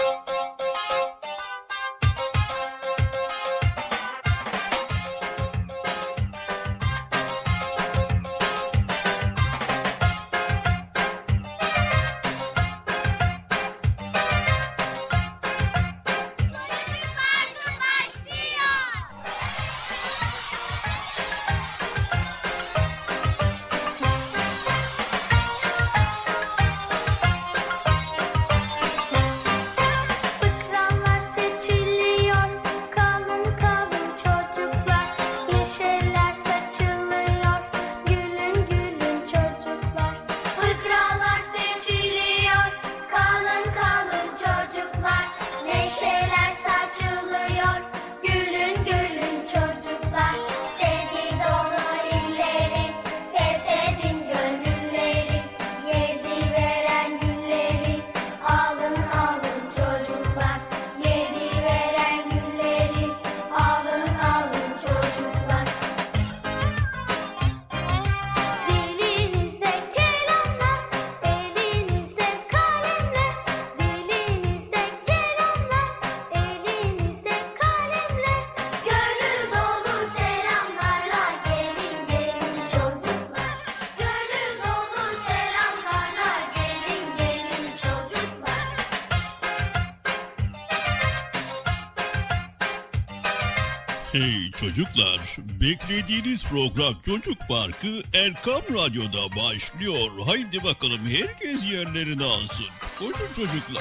Hey çocuklar, beklediğiniz program Çocuk Parkı Erkam Radyo'da başlıyor. Haydi bakalım herkes yerlerini alsın. Koşun çocuklar.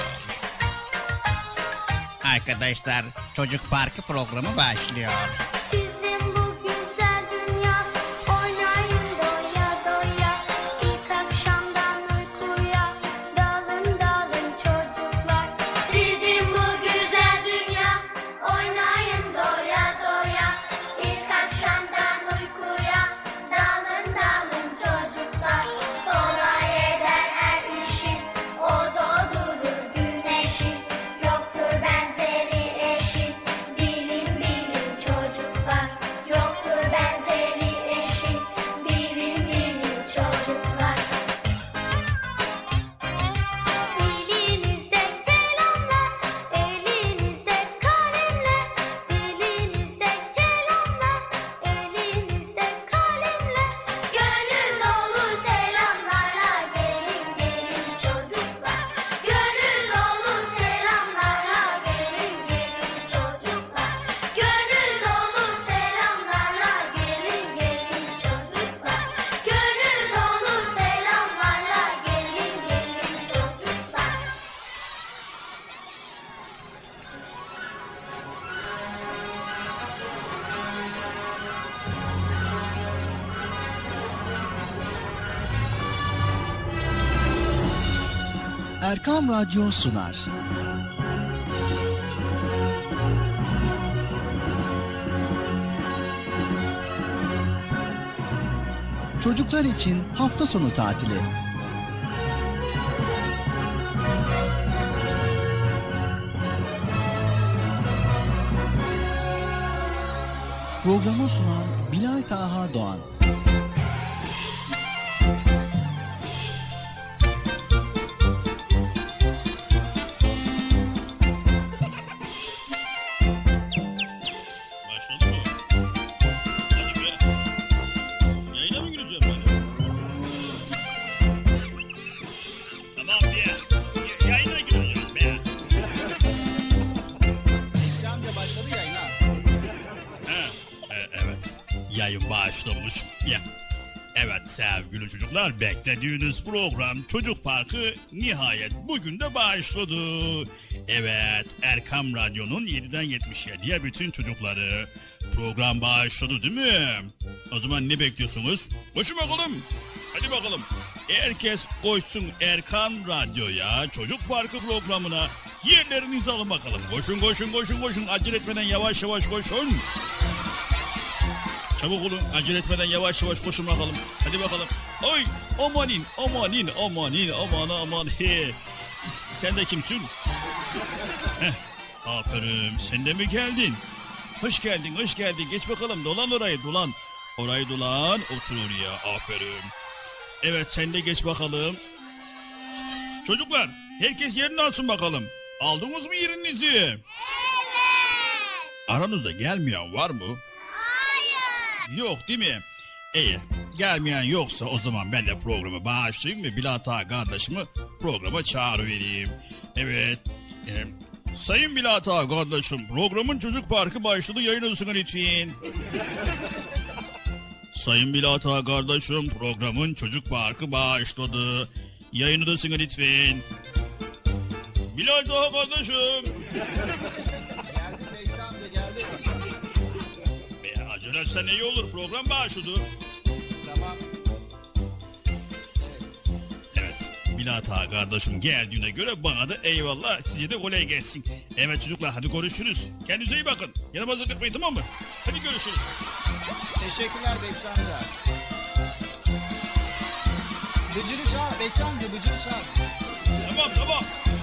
Arkadaşlar, Çocuk Parkı programı başlıyor. Erkam Radyo sunar. Çocuklar için hafta sonu tatili. Programı sunan Bilal Taha Doğan. Başlamış. Ya. Evet sevgili çocuklar, beklediğiniz program Çocuk Parkı nihayet bugün de başladı. Evet, Erkam Radyo'nun 7'den 77'ye bütün çocukları program başladı değil mi? O zaman ne bekliyorsunuz? Koşun bakalım. Hadi bakalım. Herkes koşsun Erkam Radyo'ya, Çocuk Parkı programına. Yerlerinizi alın bakalım. Koşun koşun koşun koşun. Acele etmeden yavaş yavaş koşun. Çabuk olun, acele etmeden yavaş yavaş koşun bakalım. Hadi bakalım. Oy, amanin, amanin, amanin, aman aman. He. Sen de kimsin? Heh, aferin, sen de mi geldin? Hoş geldin, hoş geldin. Geç bakalım, dolan orayı, dolan. Orayı dolan, otur oraya, aferin. Evet, sen de geç bakalım. Çocuklar, herkes yerini alsın bakalım. Aldınız mı yerinizi? Evet. Aranızda gelmeyen var mı? Hayır. Yok değil mi? İyi. Gelmeyen yoksa o zaman ben de programı bağışlayayım ve Bilat Ağa kardeşimi programa çağırıvereyim. Evet. Sayın Bilat Ağa kardeşim, programın Çocuk Parkı başladı, yayınlasın lütfen. Sayın Bilat Ağa kardeşim, programın Çocuk Parkı başladı, yayınlasın lütfen. Bilat Ağa kardeşim. Geldi. Acele etsen iyi olur, program başladı. Tamam. Evet, Bilat Ağa kardeşim geldiğine göre bana da eyvallah, size de kolay gelsin. Evet çocuklar, hadi görüşürüz. Kendinize iyi bakın. Yaramazlık etmeyin, tamam mı? Hadi görüşürüz. Teşekkürler Bekçi amca. Bıcır'ı çağır Bekçi amca, Bıcır'ı çağır. Tamam.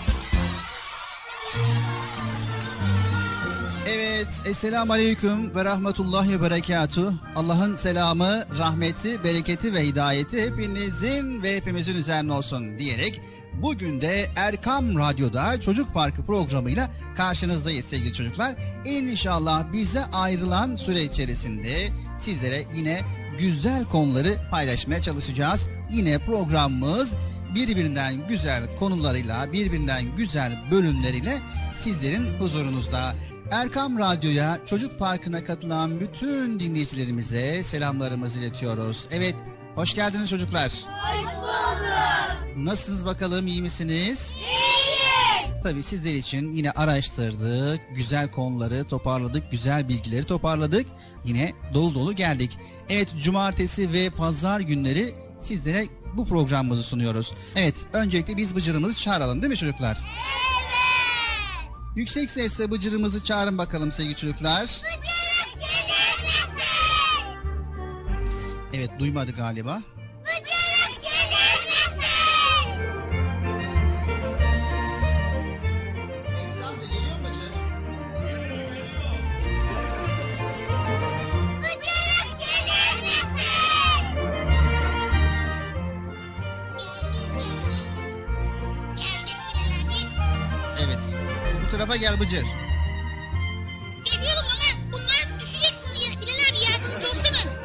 Evet, Esselamu Aleyküm ve Rahmetullahi ve Berekatuhu. Allah'ın selamı, rahmeti, bereketi ve hidayeti hepinizin ve hepimizin üzerine olsun diyerek bugün de Erkam Radyo'da Çocuk Parkı programıyla karşınızdayız sevgili çocuklar. İnşallah bize ayrılan süre içerisinde sizlere yine güzel konuları paylaşmaya çalışacağız. Yine programımız birbirinden güzel konularıyla, birbirinden güzel bölümleriyle sizlerin huzurunuzda. Erkam Radyo'ya, Çocuk Parkı'na katılan bütün dinleyicilerimize selamlarımızı iletiyoruz. Evet, hoş geldiniz çocuklar. Hoş bulduk. Nasılsınız bakalım, iyi misiniz? İyiyim. Tabii sizler için yine araştırdık, güzel konuları toparladık, güzel bilgileri toparladık. Yine dolu dolu geldik. Evet, cumartesi ve pazar günleri sizlere bu programımızı sunuyoruz. Evet, öncelikle biz Bıcır'ımızı çağıralım değil mi çocuklar? Evet. Yüksek sesle Bıcır'ımızı çağırın bakalım sevgili çocuklar. Bıcır'ım gelir misin? Evet, duymadı galiba. Bıcır'ım gelir misin? Eksamda geliyor mu Bıcır? Bıcır'ım gelir misin? Evet. Bu tarafa gel Bıcır. Geliyorum ama bunlar düşeceksin ya. Bilal abi yardımcı olsana.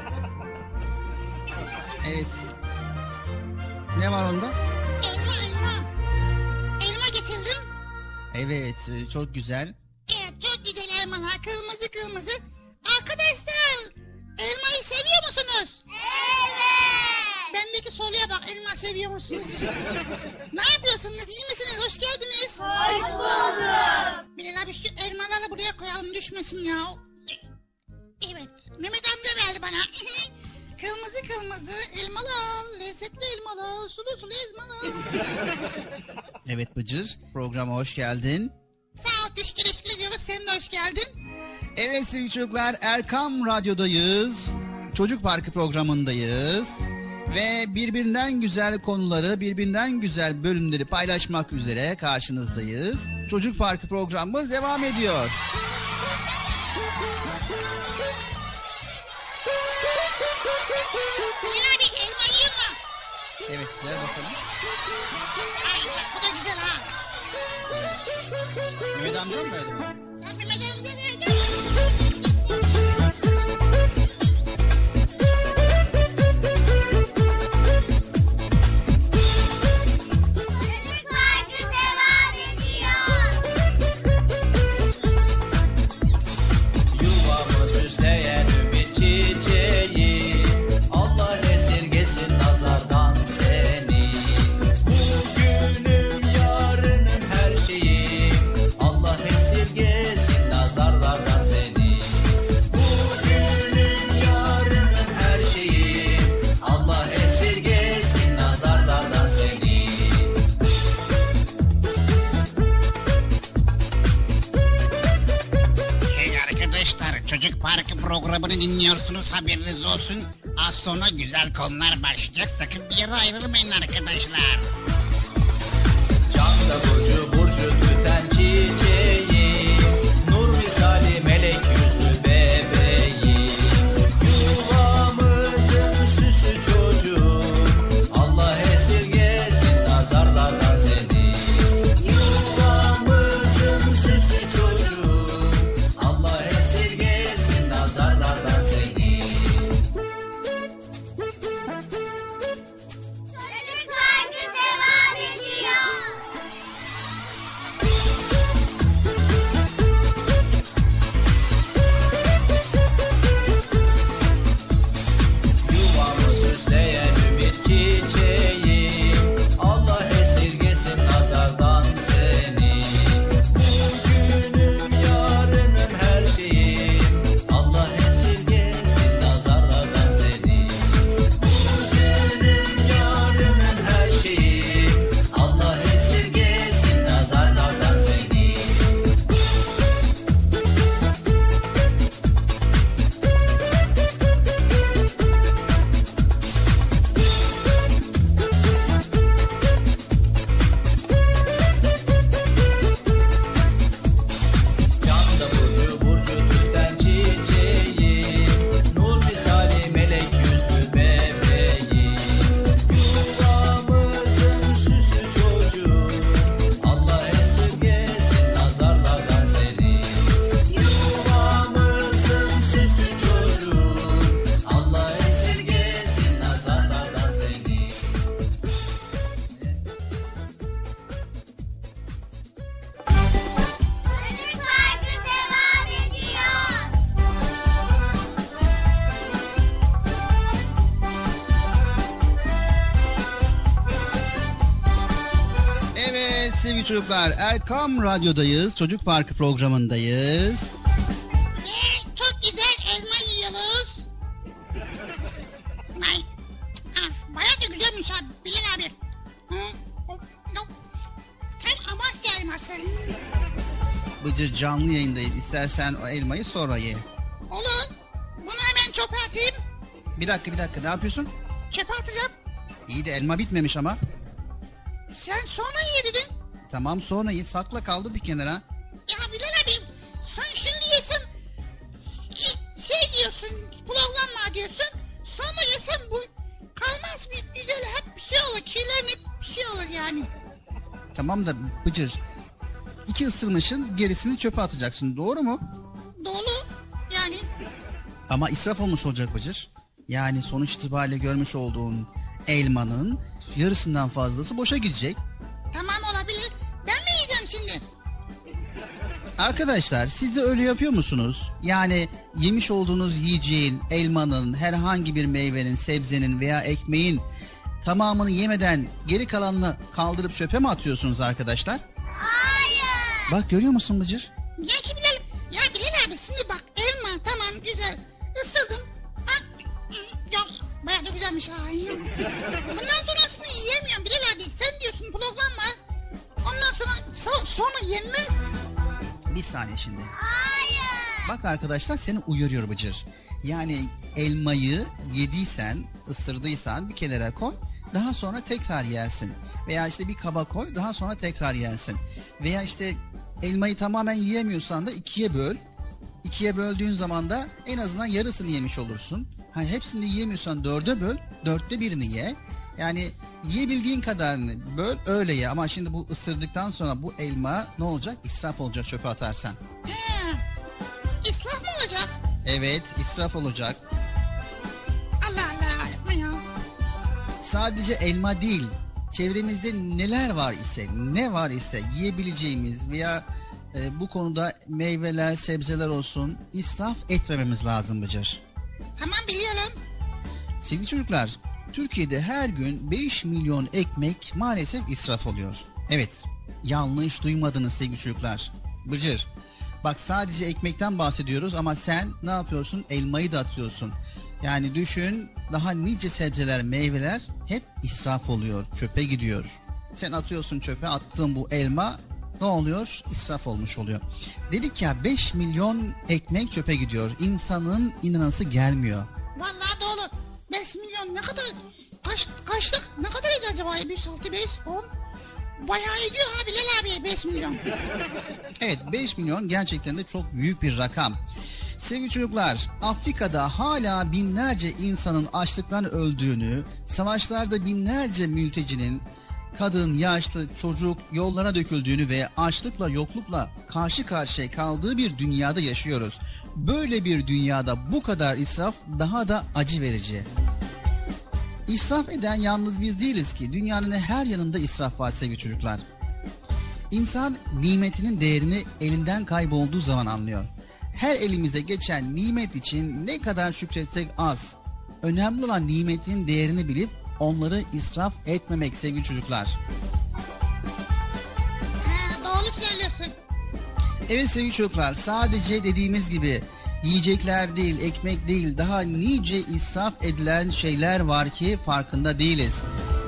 Evet. Ne var onda? Elma. Elma getirdim. Evet, çok güzel. Evet, çok güzel elmalar. Kırmızı. Arkadaşlar, elmayı seviyor musunuz? Evet. Bendeki soruya bak, elma seviyor musunuz? Ne yapıyorsunuz? İyi misiniz? Hoş geldiniz. Hoş bulduk. Bilal abi şu elmaları buraya koyalım, düşmesin ya. Evet. Mehmet amca verdi bana. Kırmızı elmalar, lezzetli elmalar, sulu elmalar. Evet Bıcır, programa hoş geldin. Sağ ol, teşekkür ediyoruz. Sen de hoş geldin. Evet sevgili çocuklar, Erkam Radyo'dayız. Çocuk Parkı programındayız. Ve birbirinden güzel konuları, birbirinden güzel bölümleri paylaşmak üzere karşınızdayız. Çocuk Parkı programımız devam ediyor. Bilal abi, elma yiyor mu? Evet, ver bakalım. Ay, bu da güzel ha. Mehmet amca mı verdi bana? Ben Mehmet amca verdim. Programını dinliyorsunuz, haberiniz olsun. Az sonra güzel konular başlayacak. Sakın bir yere ayrılmayın arkadaşlar. Canla burcu tüten çiçeği, nur misali melek yüzlü bebeği, yuvamızın süsü çocuğu, Allah esirgesin nazarlardan seni. Yuvamızın sevgili çocuklar, Erkam Radyo'dayız, Çocuk Parkı programındayız. Çok güzel elma yiyoruz. Ay, bayağı da güzelmiş abi, Bilal abi. Tam Amasya elması. Bıcır, canlı yayındayız, istersen o elmayı sonra ye. Olur, bunu hemen çöpe atayım. Bir dakika, ne yapıyorsun? Çöpe atacağım. İyi de elma bitmemiş ama. Sen sonra ye dedin. Tamam, sonra ye, sakla, kaldı bir kenara. Ya Bilal abi, sen şimdi yesen diyorsun, pilavlanma diyorsun. Sonra yesen bu kalmaz bir güzel, hep bir şey olur, kirlenip bir şey olur yani. Tamam da Bıcır, 2 ısırmışın, gerisini çöpe atacaksın, doğru mu? Doğru yani. Ama israf olmuş olacak Bıcır. Yani sonuç itibariyle görmüş olduğun elmanın yarısından fazlası boşa gidecek. Tamam, olabilir. Ben mi yiyeceğim şimdi? Arkadaşlar, siz de öyle yapıyor musunuz? Yani yemiş olduğunuz yiyeceğin, elmanın, herhangi bir meyvenin, sebzenin veya ekmeğin tamamını yemeden geri kalanını kaldırıp çöpe mi atıyorsunuz arkadaşlar? Hayır. Bak, görüyor musun Bıcır? Bilal abi, şimdi bak, elma tamam güzel. Isırdım. Ya bayağı da güzelmiş ha. Bundan sonrasını yiyemiyorum Bilal abi. Sen diyorsun pilavlanma. Ondan sonra yenmez. Bir saniye şimdi. Hayır. Bak arkadaşlar, seni uyarıyor Bıcır. Yani elmayı yediysen, ısırdıysan bir kenara koy. Daha sonra tekrar yersin. Veya işte bir kaba koy, daha sonra tekrar yersin. Veya işte elmayı tamamen yiyemiyorsan da 2'ye böl. 2'ye böldüğün zaman da en azından yarısını yemiş olursun. Hepsini yiyemiyorsan 4'e böl, 4'te 1'ini ye. Yani yiyebildiğin kadarını böl, öyle ye. Ama şimdi bu ısırdıktan sonra bu elma ne olacak? İsraf olacak çöpe atarsan. İsraf mı olacak? Evet, israf olacak. Allah Allah, yapma ya. Sadece elma değil, çevremizde ne var ise yiyebileceğimiz veya bu konuda meyveler, sebzeler olsun, israf etmememiz lazım Bıcır. Tamam, biliyorum. Sevgili çocuklar, Türkiye'de her gün 5 milyon ekmek maalesef israf oluyor. Evet, yanlış duymadınız sevgili çocuklar. Bıcır, bak, sadece ekmekten bahsediyoruz ama sen ne yapıyorsun? Elmayı da atıyorsun. Yani düşün, daha nice sebzeler, meyveler hep israf oluyor, çöpe gidiyor. Sen atıyorsun çöpe, attığın bu elma ne oluyor? İsraf olmuş oluyor. Dedik ya, 5 milyon ekmek çöpe gidiyor. İnsanın inanası gelmiyor. Vallahi doğru. 5 milyon ne kadar? Kaçlık? Ne kadar ediyor acaba? 5, 6, 5, 10? Bayağı ediyor ha Bilal abi, 5 milyon. Evet, 5 milyon gerçekten de çok büyük bir rakam. Sevgili çocuklar, Afrika'da hala binlerce insanın açlıktan öldüğünü, savaşlarda binlerce mültecinin kadın, yaşlı, çocuk yollara döküldüğünü ve açlıkla, yoklukla karşı karşıya kaldığı bir dünyada yaşıyoruz. Böyle bir dünyada bu kadar israf daha da acı verici. İsraf eden yalnız biz değiliz ki. Dünyanın her yanında israf var sevgili çocuklar. İnsan nimetinin değerini elinden kaybolduğu zaman anlıyor. Her elimize geçen nimet için ne kadar şükretsek az. Önemli olan nimetin değerini bilip onları israf etmemek sevgili çocuklar. Doğru söylüyorsun. Evet sevgili çocuklar, sadece dediğimiz gibi yiyecekler değil, ekmek değil, daha nice israf edilen şeyler var ki farkında değiliz.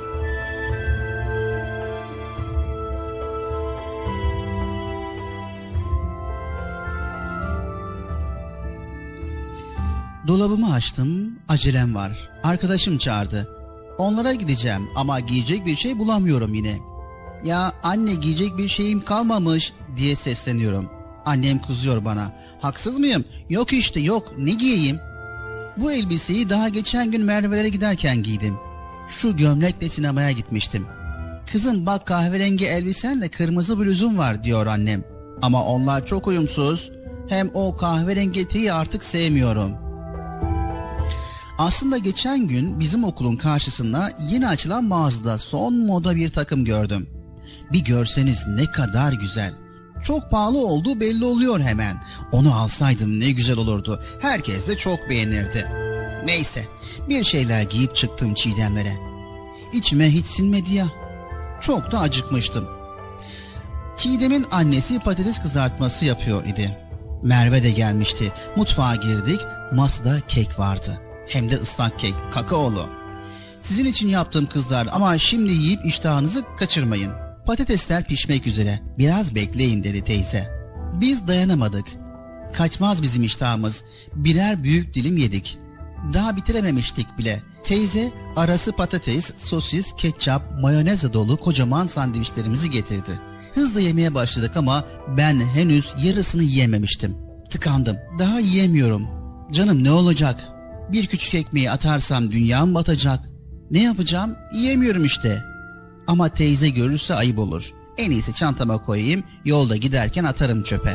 Dolabımı açtım, acelem var. Arkadaşım çağırdı. Onlara gideceğim ama giyecek bir şey bulamıyorum yine. Ya anne, giyecek bir şeyim kalmamış diye sesleniyorum. Annem kızıyor bana. Haksız mıyım? Yok işte, yok. Ne giyeyim? Bu elbiseyi daha geçen gün Merve'lere giderken giydim. Şu gömlekle sinemaya gitmiştim. Kızım bak, kahverengi elbisenle kırmızı bluzum var diyor annem. Ama onlar çok uyumsuz. Hem o kahverengi eteği artık sevmiyorum. Aslında geçen gün bizim okulun karşısında yeni açılan mağazada son moda bir takım gördüm. Bir görseniz ne kadar güzel. Çok pahalı olduğu belli oluyor hemen. Onu alsaydım ne güzel olurdu. Herkes de çok beğenirdi. Neyse, bir şeyler giyip çıktım Çiğdemlere. İçime hiç sinmedi ya. Çok da acıkmıştım. Çiğdem'in annesi patates kızartması yapıyor idi. Merve de gelmişti. Mutfağa girdik. Masada kek vardı. Hem de ıslak kek, kakaolu. Sizin için yaptım kızlar ama şimdi yiyip iştahınızı kaçırmayın. Patatesler pişmek üzere. Biraz bekleyin dedi teyze. Biz dayanamadık. Kaçmaz bizim iştahımız. Birer büyük dilim yedik. Daha bitirememiştik bile. Teyze arası patates, sosis, ketçap, mayonezle dolu kocaman sandviçlerimizi getirdi. Hızla yemeye başladık ama ben henüz yarısını yiyememiştim. Tıkandım. Daha yiyemiyorum. Canım ne olacak? Bir küçük ekmeği atarsam dünyam batacak. Ne yapacağım? Yiyemiyorum işte. Ama teyze görürse ayıp olur. En iyisi çantama koyayım, yolda giderken atarım çöpe.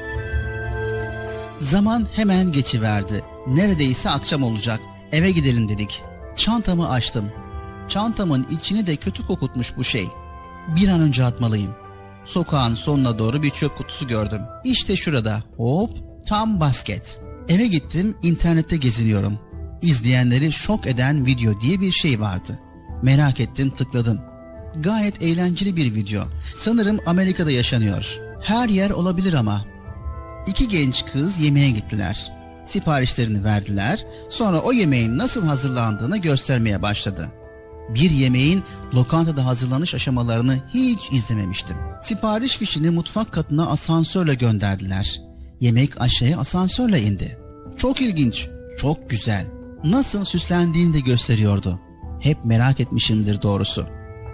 Zaman hemen geçiverdi. Neredeyse akşam olacak. Eve gidelim dedik. Çantamı açtım. Çantamın içini de kötü kokutmuş bu şey. Bir an önce atmalıyım. Sokağın sonuna doğru bir çöp kutusu gördüm. İşte şurada. Hop, tam basket. Eve gittim, internette geziniyorum. İzleyenleri şok eden video diye bir şey vardı. Merak ettim, tıkladım. Gayet eğlenceli bir video. Sanırım Amerika'da yaşanıyor. Her yer olabilir ama. 2 genç kız yemeğe gittiler. Siparişlerini verdiler. Sonra o yemeğin nasıl hazırlandığını göstermeye başladı. Bir yemeğin lokantada hazırlanış aşamalarını hiç izlememiştim. Sipariş fişini mutfak katına asansörle gönderdiler. Yemek aşağıya asansörle indi. Çok ilginç, çok güzel. Nasıl süslendiğini de gösteriyordu. Hep merak etmişimdir doğrusu.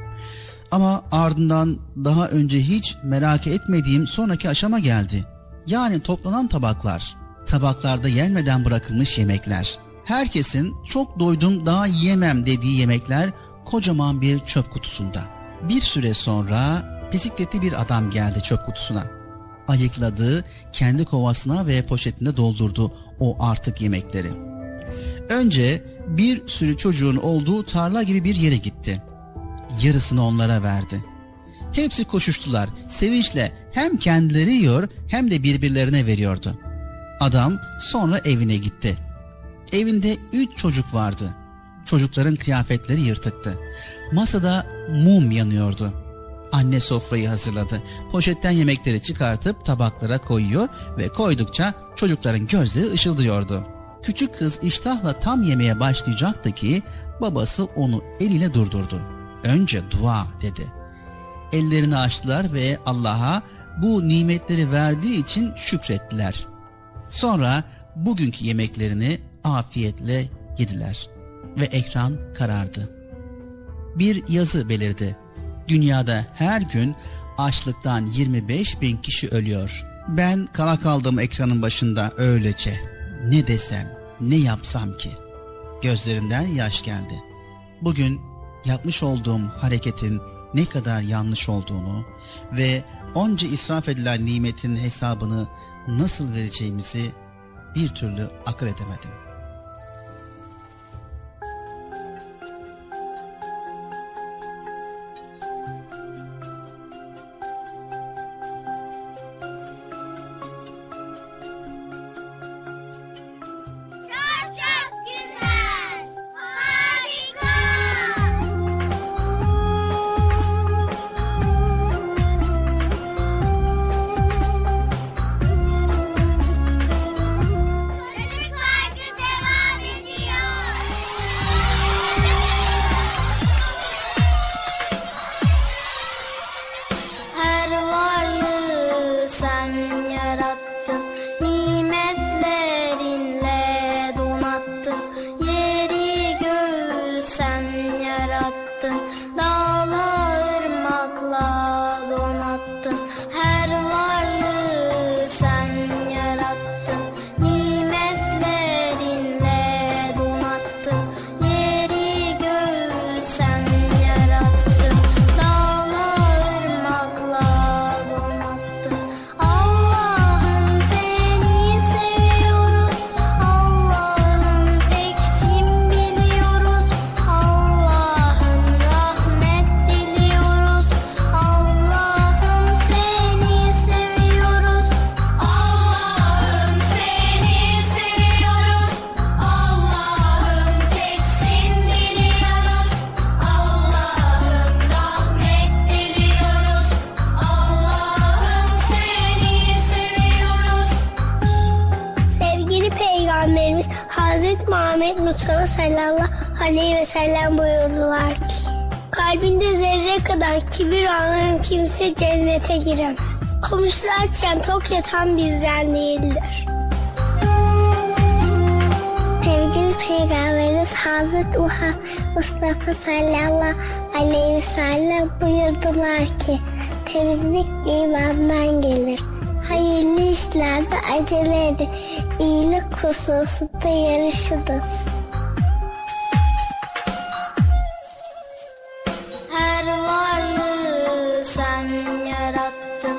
Ama ardından daha önce hiç merak etmediğim sonraki aşama geldi. Yani toplanan tabaklar. Tabaklarda yenmeden bırakılmış yemekler. Herkesin çok doydum daha yiyemem dediği yemekler kocaman bir çöp kutusunda. Bir süre sonra bisikletli bir adam geldi çöp kutusuna. Ayıkladı, kendi kovasına ve poşetine doldurdu o artık yemekleri. Önce bir sürü çocuğun olduğu tarla gibi bir yere gitti. Yarısını onlara verdi. Hepsi koşuştular, sevinçle hem kendileri yiyor hem de birbirlerine veriyordu. Adam sonra evine gitti. Evinde 3 çocuk vardı. Çocukların kıyafetleri yırtıktı. Masada mum yanıyordu. Anne sofrayı hazırladı. Poşetten yemekleri çıkartıp tabaklara koyuyor ve koydukça çocukların gözleri ışıldıyordu. Küçük kız iştahla tam yemeye başlayacaktı ki babası onu eliyle durdurdu. Önce dua dedi. Ellerini açtılar ve Allah'a bu nimetleri verdiği için şükrettiler. Sonra bugünkü yemeklerini afiyetle yediler ve ekran karardı. Bir yazı belirdi. Dünyada her gün açlıktan 25.000 kişi ölüyor. Ben kala kaldım ekranın başında öylece. Ne desem, ne yapsam ki? Gözlerimden yaş geldi. Bugün yapmış olduğum hareketin ne kadar yanlış olduğunu ve onca israf edilen nimetin hesabını nasıl vereceğimizi bir türlü akıl edemedim. Çocuklar güzel. Muhammed Mustafa sallallahu aleyhi ve sellem buyurdular ki, kalbinde zerre kadar kibir olan kimse cennete giremez. Konuşlarken tok yatan bizden değildir. Sevgili Peygamberimiz Hazreti Mustafa sallallahu aleyhi ve sellem buyurdular ki, temizlik imandan gelir. Hayırlı işlerde acele edin. İyilik hususunda yarışınız. Her varlığı sen yarattın.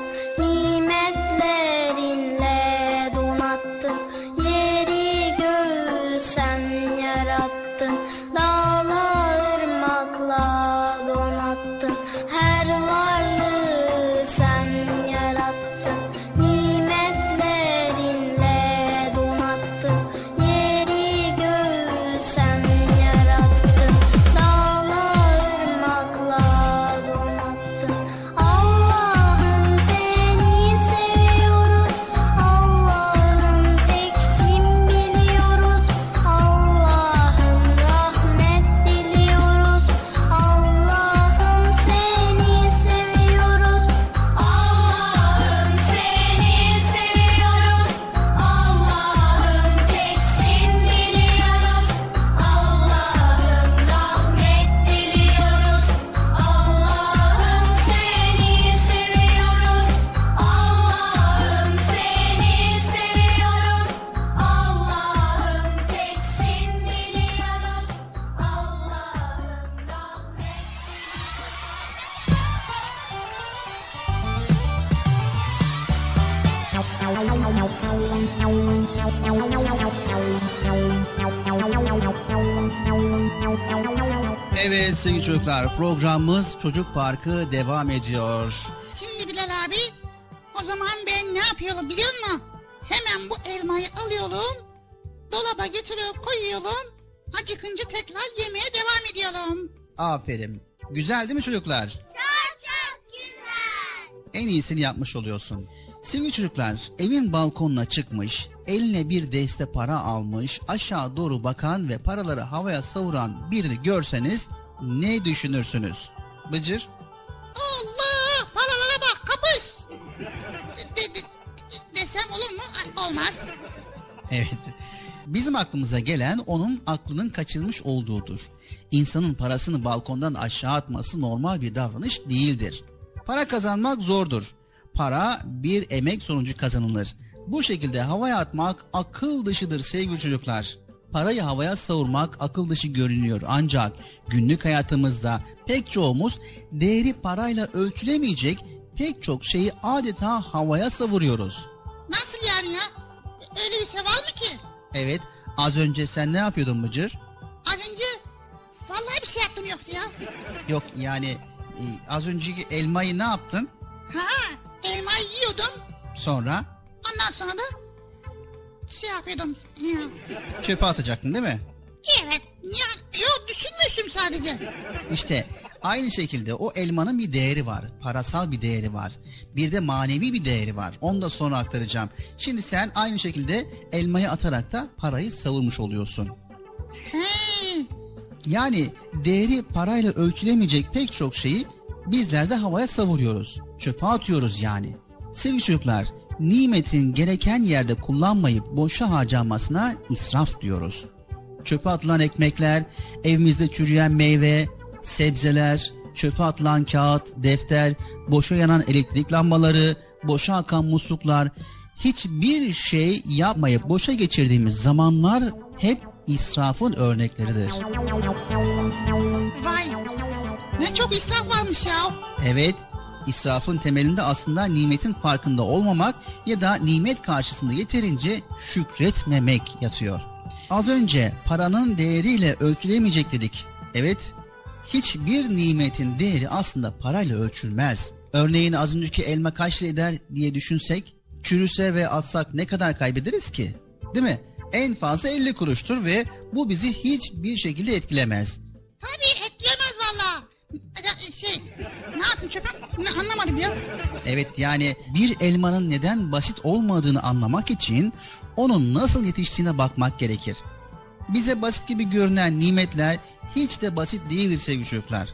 Nimetlerinle donattın. Yeri göğü sen yarattın. Dağlar ırmakla donattın. Her varlığı sen yarattın. Nimetlerinle donattın. Yeri göğü sen yarattın. Dağlar ırmakla donattın. Allah'ım seni seviyoruz. Allah'ım teksin biliyoruz. Allah'ım rahmet diliyoruz. Allah'ım seni seviyoruz. Allah'ım seni seviyoruz. Allah'ım teksin biliyoruz. Allah'ım rahmet diliyoruz. Allah'ım seni seviyoruz. Allah'ım seni seviyoruz. Allah'ım teksin biliyoruz. Allah'ım rahmet. Evet sevgili çocuklar, programımız Çocuk Parkı devam ediyor. Şimdi Bilal abi, o zaman ben ne yapıyorum biliyor musun? Hemen bu elmayı alıyorum, dolaba götürüp koyuyorum, acıkınca tekrar yemeye devam ediyorum. Aferin. Güzel değil mi çocuklar? Çok güzel. En iyisini yapmış oluyorsun. Sevgili çocuklar, evin balkonuna çıkmış, eline bir deste para almış, aşağı doğru bakan ve paraları havaya savuran birini görseniz ne düşünürsünüz? Bıcır? Allah, paralara bak, kapış. Desem olur mu? Olmaz. Evet. Bizim aklımıza gelen onun aklının kaçırmış olduğudur. İnsanın parasını balkondan aşağı atması normal bir davranış değildir. Para kazanmak zordur. Para bir emek sonucu kazanılır. Bu şekilde havaya atmak akıl dışıdır sevgili çocuklar. Parayı havaya savurmak akıl dışı görünüyor, ancak günlük hayatımızda pek çoğumuz değeri parayla ölçülemeyecek pek çok şeyi adeta havaya savuruyoruz. Nasıl yani ya? Öyle bir şey var mı ki? Evet, az önce sen ne yapıyordun Bıcır? Az önce vallahi bir şey yaptım yoktu ya. Yok yani az önceki elmayı ne yaptın? Ha, elmayı yiyordum. Sonra? Ondan sonra da şey yapıyordum. Ya. Çöpe atacaktın değil mi? Evet. Ya, yok düşünmüştüm sadece. İşte aynı şekilde o elmanın bir değeri var. Parasal bir değeri var. Bir de manevi bir değeri var. Onu da sonra aktaracağım. Şimdi sen aynı şekilde elmayı atarak da parayı savurmuş oluyorsun. He. Yani değeri parayla ölçülemeyecek pek çok şeyi bizler de havaya savuruyoruz. Çöpe atıyoruz yani. Sevgili çocuklar, nimetin gereken yerde kullanmayıp boşa harcanmasına israf diyoruz. Çöpe atılan ekmekler, evimizde çürüyen meyve, sebzeler, çöpe atılan kağıt, defter, boşa yanan elektrik lambaları, boşa akan musluklar, hiçbir şey yapmayıp boşa geçirdiğimiz zamanlar hep israfın örnekleridir. Vay. Ne çok israf varmış ya. Evet, israfın temelinde aslında nimetin farkında olmamak ya da nimet karşısında yeterince şükretmemek yatıyor. Az önce paranın değeriyle ölçülemeyecek dedik. Evet, hiçbir nimetin değeri aslında parayla ölçülmez. Örneğin az önceki elma kaç lira eder diye düşünsek, çürüse ve atsak ne kadar kaybederiz ki? Değil mi? En fazla 50 kuruştur ve bu bizi hiçbir şekilde etkilemez. Tabii etkilemez valla. Ne yapayım çöpe? Anlamadım ya. Evet, yani bir elmanın neden basit olmadığını anlamak için onun nasıl yetiştiğine bakmak gerekir. Bize basit gibi görünen nimetler hiç de basit değildir sevgili çocuklar.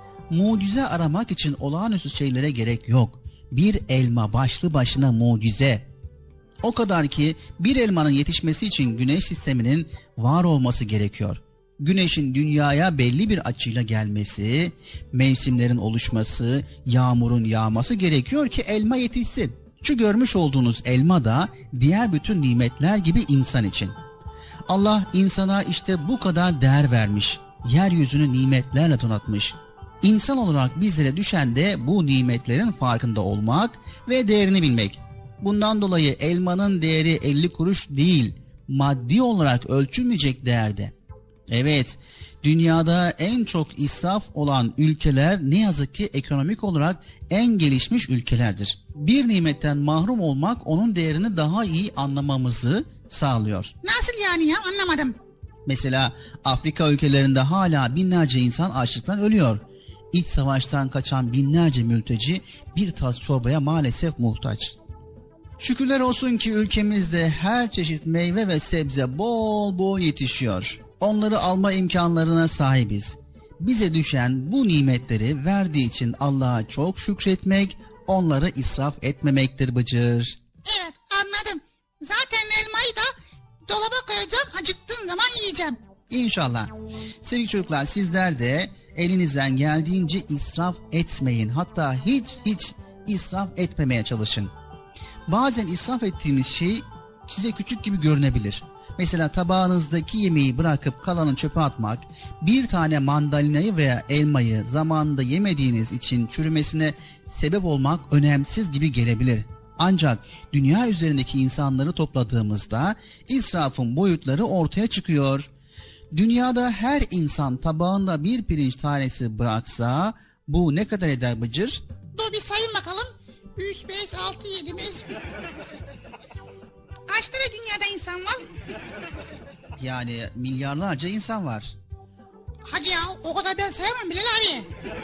Mucize aramak için olağanüstü şeylere gerek yok. Bir elma başlı başına mucize. O kadar ki bir elmanın yetişmesi için güneş sisteminin var olması gerekiyor. Güneşin dünyaya belli bir açıyla gelmesi, mevsimlerin oluşması, yağmurun yağması gerekiyor ki elma yetişsin. Şu görmüş olduğunuz elma da diğer bütün nimetler gibi insan için. Allah insana işte bu kadar değer vermiş, yeryüzünü nimetlerle donatmış. İnsan olarak bizlere düşen de bu nimetlerin farkında olmak ve değerini bilmek. Bundan dolayı elmanın değeri 50 kuruş değil, maddi olarak ölçülmeyecek değerde. Evet, dünyada en çok israf olan ülkeler ne yazık ki ekonomik olarak en gelişmiş ülkelerdir. Bir nimetten mahrum olmak onun değerini daha iyi anlamamızı sağlıyor. Nasıl yani ya, anlamadım. Mesela Afrika ülkelerinde hala binlerce insan açlıktan ölüyor. İç savaştan kaçan binlerce mülteci bir tas çorbaya maalesef muhtaç. Şükürler olsun ki ülkemizde her çeşit meyve ve sebze bol bol yetişiyor. Onları alma imkanlarına sahibiz. Bize düşen bu nimetleri verdiği için Allah'a çok şükretmek, onları israf etmemektir Bıcır. Evet, anladım. Zaten elmayı da dolaba koyacağım, acıktığım zaman yiyeceğim. İnşallah. Sevgili çocuklar, sizler de elinizden geldiğince israf etmeyin. Hatta hiç israf etmemeye çalışın. Bazen israf ettiğimiz şey size küçük gibi görünebilir. Mesela tabağınızdaki yemeği bırakıp kalanı çöpe atmak, bir tane mandalinayı veya elmayı zamanında yemediğiniz için çürümesine sebep olmak önemsiz gibi gelebilir. Ancak dünya üzerindeki insanları topladığımızda israfın boyutları ortaya çıkıyor. Dünyada her insan tabağında bir pirinç tanesi bıraksa bu ne kadar eder Bıcır? Dur bir sayın bakalım. 3, 5, 6, 7, 5... Kaç tane dünyada insan var? Yani milyarlarca insan var. Hadi ya, o kadar ben sayamam Bilal abi.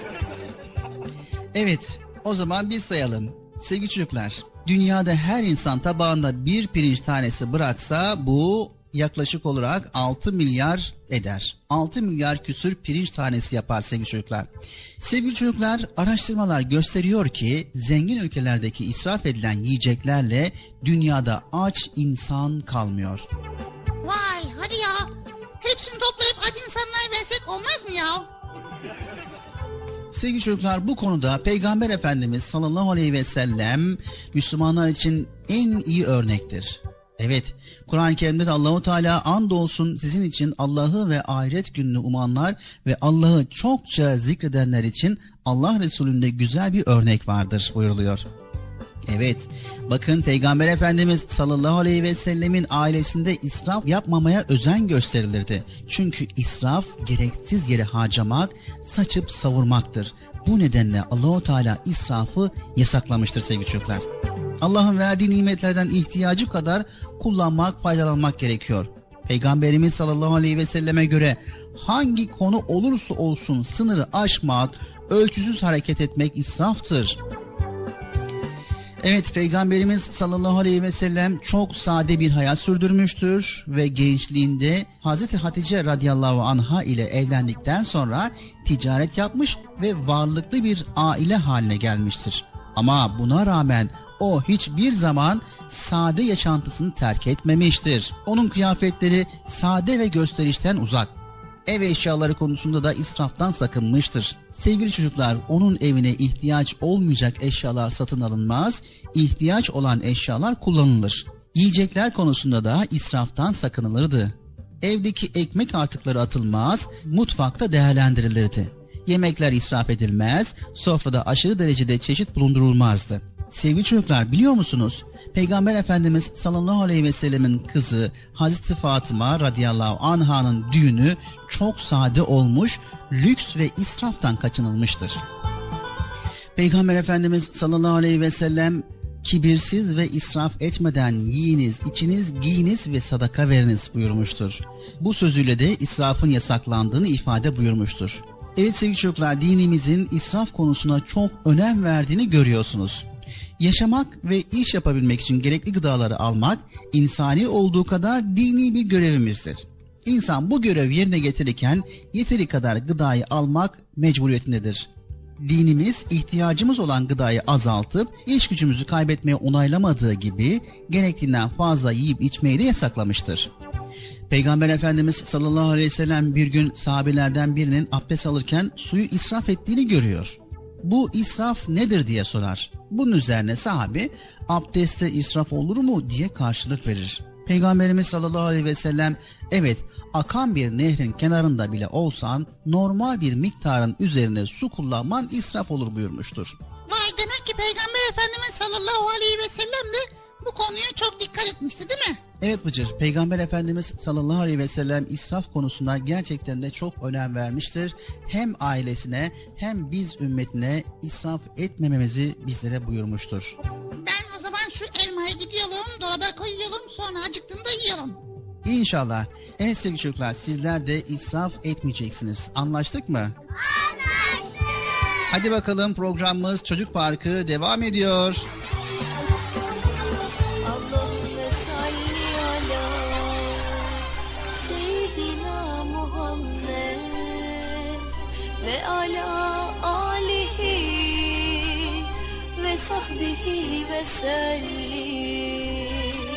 Evet, o zaman biz sayalım. Sevgili çocuklar, dünyada her insan tabağında bir pirinç tanesi bıraksa bu yaklaşık olarak 6 milyar eder. 6 milyar küsür pirinç tanesi yapar sevgili çocuklar. Sevgili çocuklar, araştırmalar gösteriyor ki zengin ülkelerdeki israf edilen yiyeceklerle dünyada aç insan kalmıyor. Vay hadi ya. Hepsini toplayıp aç insanlara versek olmaz mı ya? Sevgili çocuklar, bu konuda Peygamber Efendimiz sallallahu aleyhi ve sellem Müslümanlar için en iyi örnektir. Evet, Kur'an-ı Kerim'de de Allahu Teala andolsun sizin için Allah'ı ve ahiret gününü umanlar ve Allah'ı çokça zikredenler için Allah Resulü'nde güzel bir örnek vardır buyuruluyor. Evet, bakın Peygamber Efendimiz sallallahu aleyhi ve sellemin ailesinde israf yapmamaya özen gösterilirdi. Çünkü israf gereksiz yere harcamak, saçıp savurmaktır. Bu nedenle Allahu Teala israfı yasaklamıştır sevgili çocuklar. Allah'ın verdiği nimetlerden ihtiyacı kadar kullanmak, faydalanmak gerekiyor. Peygamberimiz sallallahu aleyhi ve selleme göre hangi konu olursa olsun sınırı aşmak, ölçüsüz hareket etmek israftır. Evet, Peygamberimiz sallallahu aleyhi ve sellem çok sade bir hayat sürdürmüştür ve gençliğinde Hazreti Hatice radıyallahu anha ile evlendikten sonra ticaret yapmış ve varlıklı bir aile haline gelmiştir. Ama buna rağmen o hiçbir zaman sade yaşantısını terk etmemiştir. Onun kıyafetleri sade ve gösterişten uzak. Ev eşyaları konusunda da israftan sakınmıştır. Sevgili çocuklar, onun evine ihtiyaç olmayacak eşyalar satın alınmaz, ihtiyaç olan eşyalar kullanılır. Yiyecekler konusunda da israftan sakınılırdı. Evdeki ekmek artıkları atılmaz, mutfakta değerlendirilirdi. Yemekler israf edilmez, sofrada aşırı derecede çeşit bulundurulmazdı. Sevgili çocuklar, biliyor musunuz? Peygamber Efendimiz sallallahu aleyhi ve sellemin kızı Hazreti Fatıma radıyallahu anha'nın düğünü çok sade olmuş, lüks ve israftan kaçınılmıştır. Peygamber Efendimiz sallallahu aleyhi ve sellem kibirsiz ve israf etmeden yiyiniz, içiniz, giyiniz ve sadaka veriniz buyurmuştur. Bu sözüyle de israfın yasaklandığını ifade buyurmuştur. Evet sevgili çocuklar, dinimizin israf konusuna çok önem verdiğini görüyorsunuz. Yaşamak ve iş yapabilmek için gerekli gıdaları almak insani olduğu kadar dini bir görevimizdir. İnsan bu görevi yerine getirirken yeteri kadar gıdayı almak mecburiyetindedir. Dinimiz ihtiyacımız olan gıdayı azaltıp iş gücümüzü kaybetmeye onaylamadığı gibi gerektiğinden fazla yiyip içmeyi de yasaklamıştır. Peygamber Efendimiz sallallahu aleyhi ve sellem bir gün sahabelerden birinin abdest alırken suyu israf ettiğini görüyor. Bu israf nedir diye sorar. Bunun üzerine sahabe abdestte israf olur mu diye karşılık verir. Peygamberimiz sallallahu aleyhi ve sellem evet akan bir nehrin kenarında bile olsan normal bir miktarın üzerine su kullanman israf olur buyurmuştur. Vay, demek ki Peygamber Efendimiz sallallahu aleyhi ve sellem de bu konuya çok dikkat etmişti değil mi? Evet Bıcır, Peygamber Efendimiz sallallahu aleyhi ve sellem israf konusuna gerçekten de çok önem vermiştir. Hem ailesine hem biz ümmetine israf etmememizi bizlere buyurmuştur. Ben o zaman şu elmayı gidiyorum, dolaba koyuyorum, sonra acıktığımda yiyorum. İnşallah. Evet sevgili çocuklar, sizler de israf etmeyeceksiniz. Anlaştık mı? Anlaştık. Hadi bakalım, programımız Çocuk Parkı devam ediyor. Allahümme salli ala seyyidina Muhammed ve ala alihi ve sahbihi ve sellim.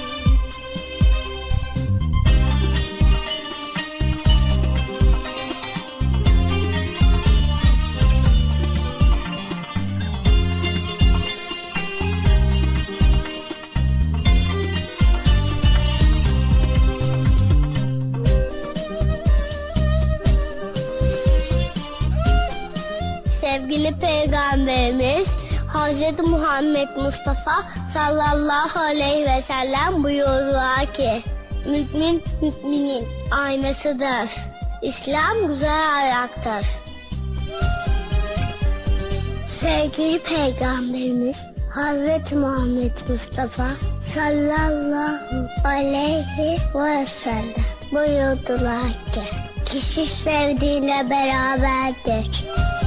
Sevgili Peygamberimiz Hz. Muhammed Mustafa sallallahu aleyhi ve sellem buyurdular ki mümin müminin aynasıdır. İslam güzel ayaktır. Sevgili Peygamberimiz Hz. Muhammed Mustafa sallallahu aleyhi ve sellem buyurdular ki kişi sevdiğiyle beraberdir.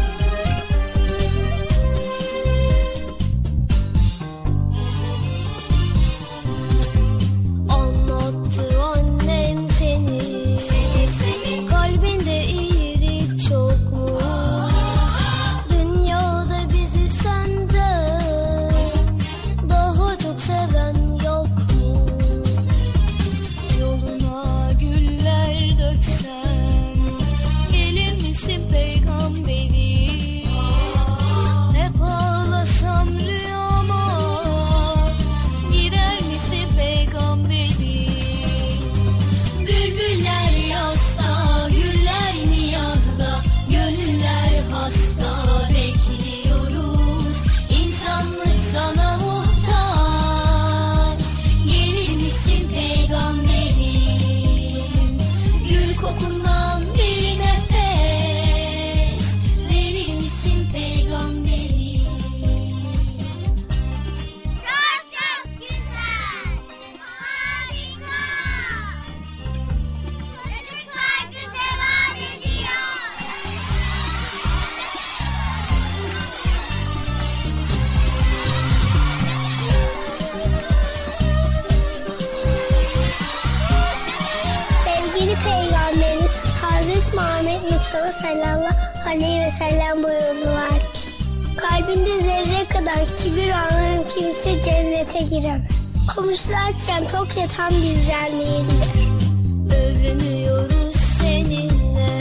Sallallahu aleyhi ve sellem buyurdular ki kalbinde zerre kadar kibir olan kimse cennete giremez. Komşular açken tok yatan bizden değildir. Övünüyoruz seninle,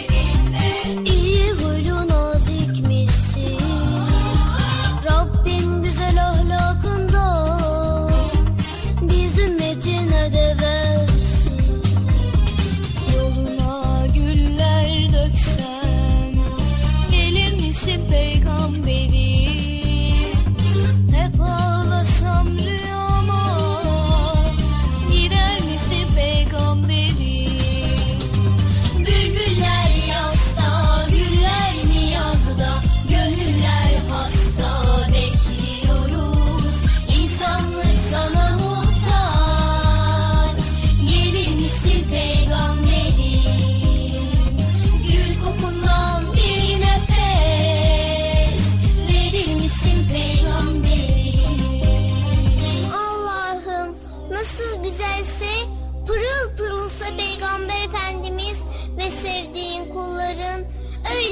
iyi huylu nazikmişsin. Rabbin güzel ahlakında biz ümmetine de versin. Yoluna güller döksem gelir misin peygamberi? Hep ağlasam rüyama girer misin peygamberi? Bülbüller yasta, güller niyazda, gönüller hasta, bekliyoruz. İnsanlık sana muhtaç, gelir misin peygamberim? Gül kokundan bir nefes verir misin peygamberim? Allah'ım nasıl güzelse pırıl pırılsa Peygamber Efendimiz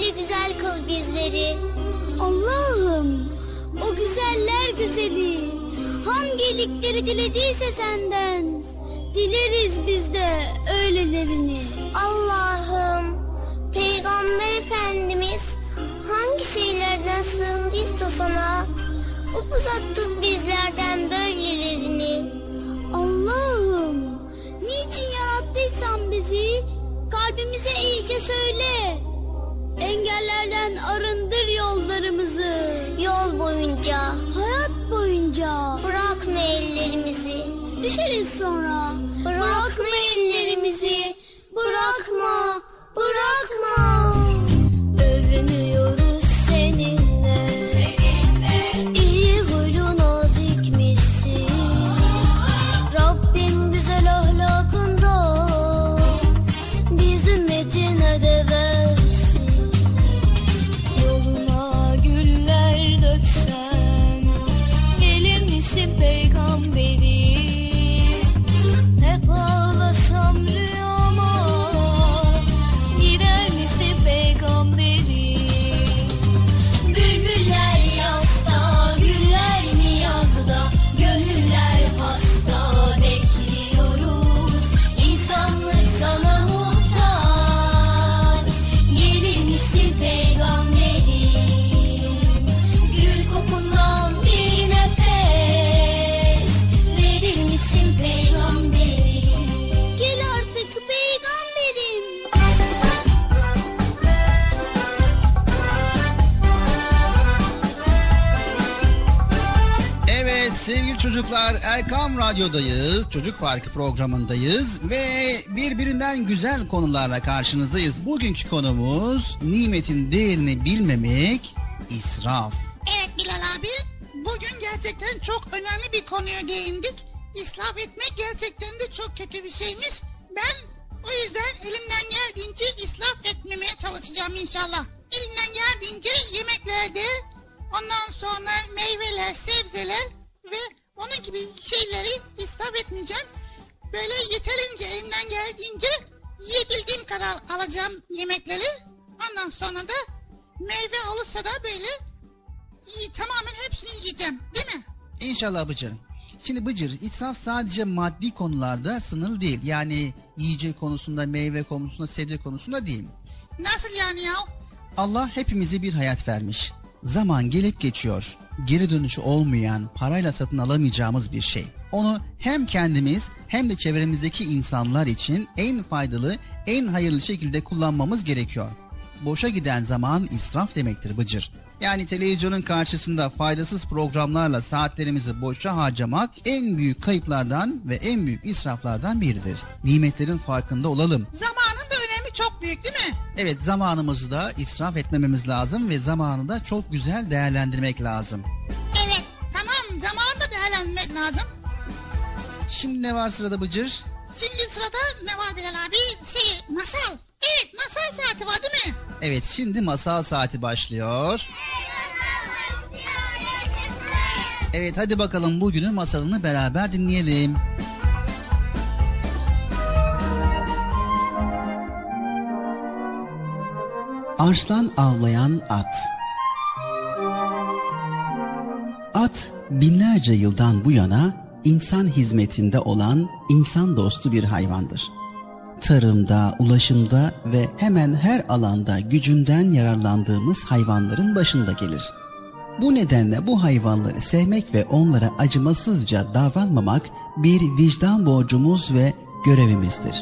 öyle güzel kıl bizleri. Allah'ım, o güzeller güzeli hangi iyilikleri dilediyse senden, dileriz biz de öylelerini. Allah'ım, Peygamber Efendimiz hangi şeylerden sığındıysa sana, uzak tut bizlerden böylelerini. Allah'ım, niçin yarattıysan bizi, kalbimize iyice söyle. Engellerden arındır yollarımızı. Yol boyunca, Hayat boyunca bırakma ellerimizi. düşeriz sonra. Bırakma ellerimizi, bırakma, bırakma. Övünüyoruz seninle, İyi huylu nazikmişsin. Rabbim güzel ahlakında biz ümmetine de versin. Yoluna güller döksem, gelir misin peygamberi? Hep ağlasam rüyama, girer misin peygamberi? Bülbüller yasta, güller niyazda, gönüller hasta, bekliyoruz. İnsanlık sana muhtaç, gelir misin peygamberim? Gül kokundan bir nefes, verir misin peygamberim? Gel artık peygamberim. Evet sevgili çocuklar, Erkam Radyo'dayız, Çocuk Parkı programındayız ve birbirinden güzel konularla karşınızdayız. Bugünkü konumuz nimetin değerini bilmemek, israf. Evet Bilal abi, bugün gerçekten çok önemli bir konuya değindik. İsraf etmek gerçekten de çok kötü bir şeymiş. Ben o yüzden elimden geldiğince israf etmemeye çalışacağım inşallah. Elimden geldiğince yemeklerde, ondan sonra meyveler, sebzeler ve onun gibi şeyleri israf etmeyeceğim. Böyle yeterince elimden geldiğince yiyebildiğim kadar alacağım yemekleri. Ondan sonra da meyve olursa da böyle tamamen hepsini yiyeceğim, değil mi? İnşallah Bıcır'ım. Şimdi Bıcır, israf sadece maddi konularda sınırlı değil. Yani yiyecek konusunda, meyve konusunda, sebze konusunda değil. Nasıl yani ya? Allah hepimize bir hayat vermiş. Zaman gelip geçiyor. Geri dönüşü olmayan, parayla satın alamayacağımız bir şey. Onu hem kendimiz hem de çevremizdeki insanlar için en faydalı, en hayırlı şekilde kullanmamız gerekiyor. Boşa giden zaman israf demektir Bıcır. Yani televizyonun karşısında faydasız programlarla saatlerimizi boşa harcamak en büyük kayıplardan ve en büyük israflardan biridir. Nimetlerin farkında olalım. Zamanın da önemi çok büyük, değil mi? Evet, zamanımızı da israf etmememiz lazım ve zamanı da çok güzel değerlendirmek lazım. Evet, tamam, zamanı da değerlendirmek lazım. Şimdi ne var sırada Bıcır? Şimdi sırada ne var Bilal abi? Masal. Evet, masal saati var değil mi? Evet, şimdi masal saati başlıyor. Evet, hadi bakalım bugünün masalını beraber dinleyelim. Arslan avlayan at. At binlerce yıldan bu yana insan hizmetinde olan insan dostu bir hayvandır. Tarımda, ulaşımda ve hemen her alanda gücünden yararlandığımız hayvanların başında gelir. Bu nedenle bu hayvanları sevmek ve onlara acımasızca davranmamak bir vicdan borcumuz ve görevimizdir.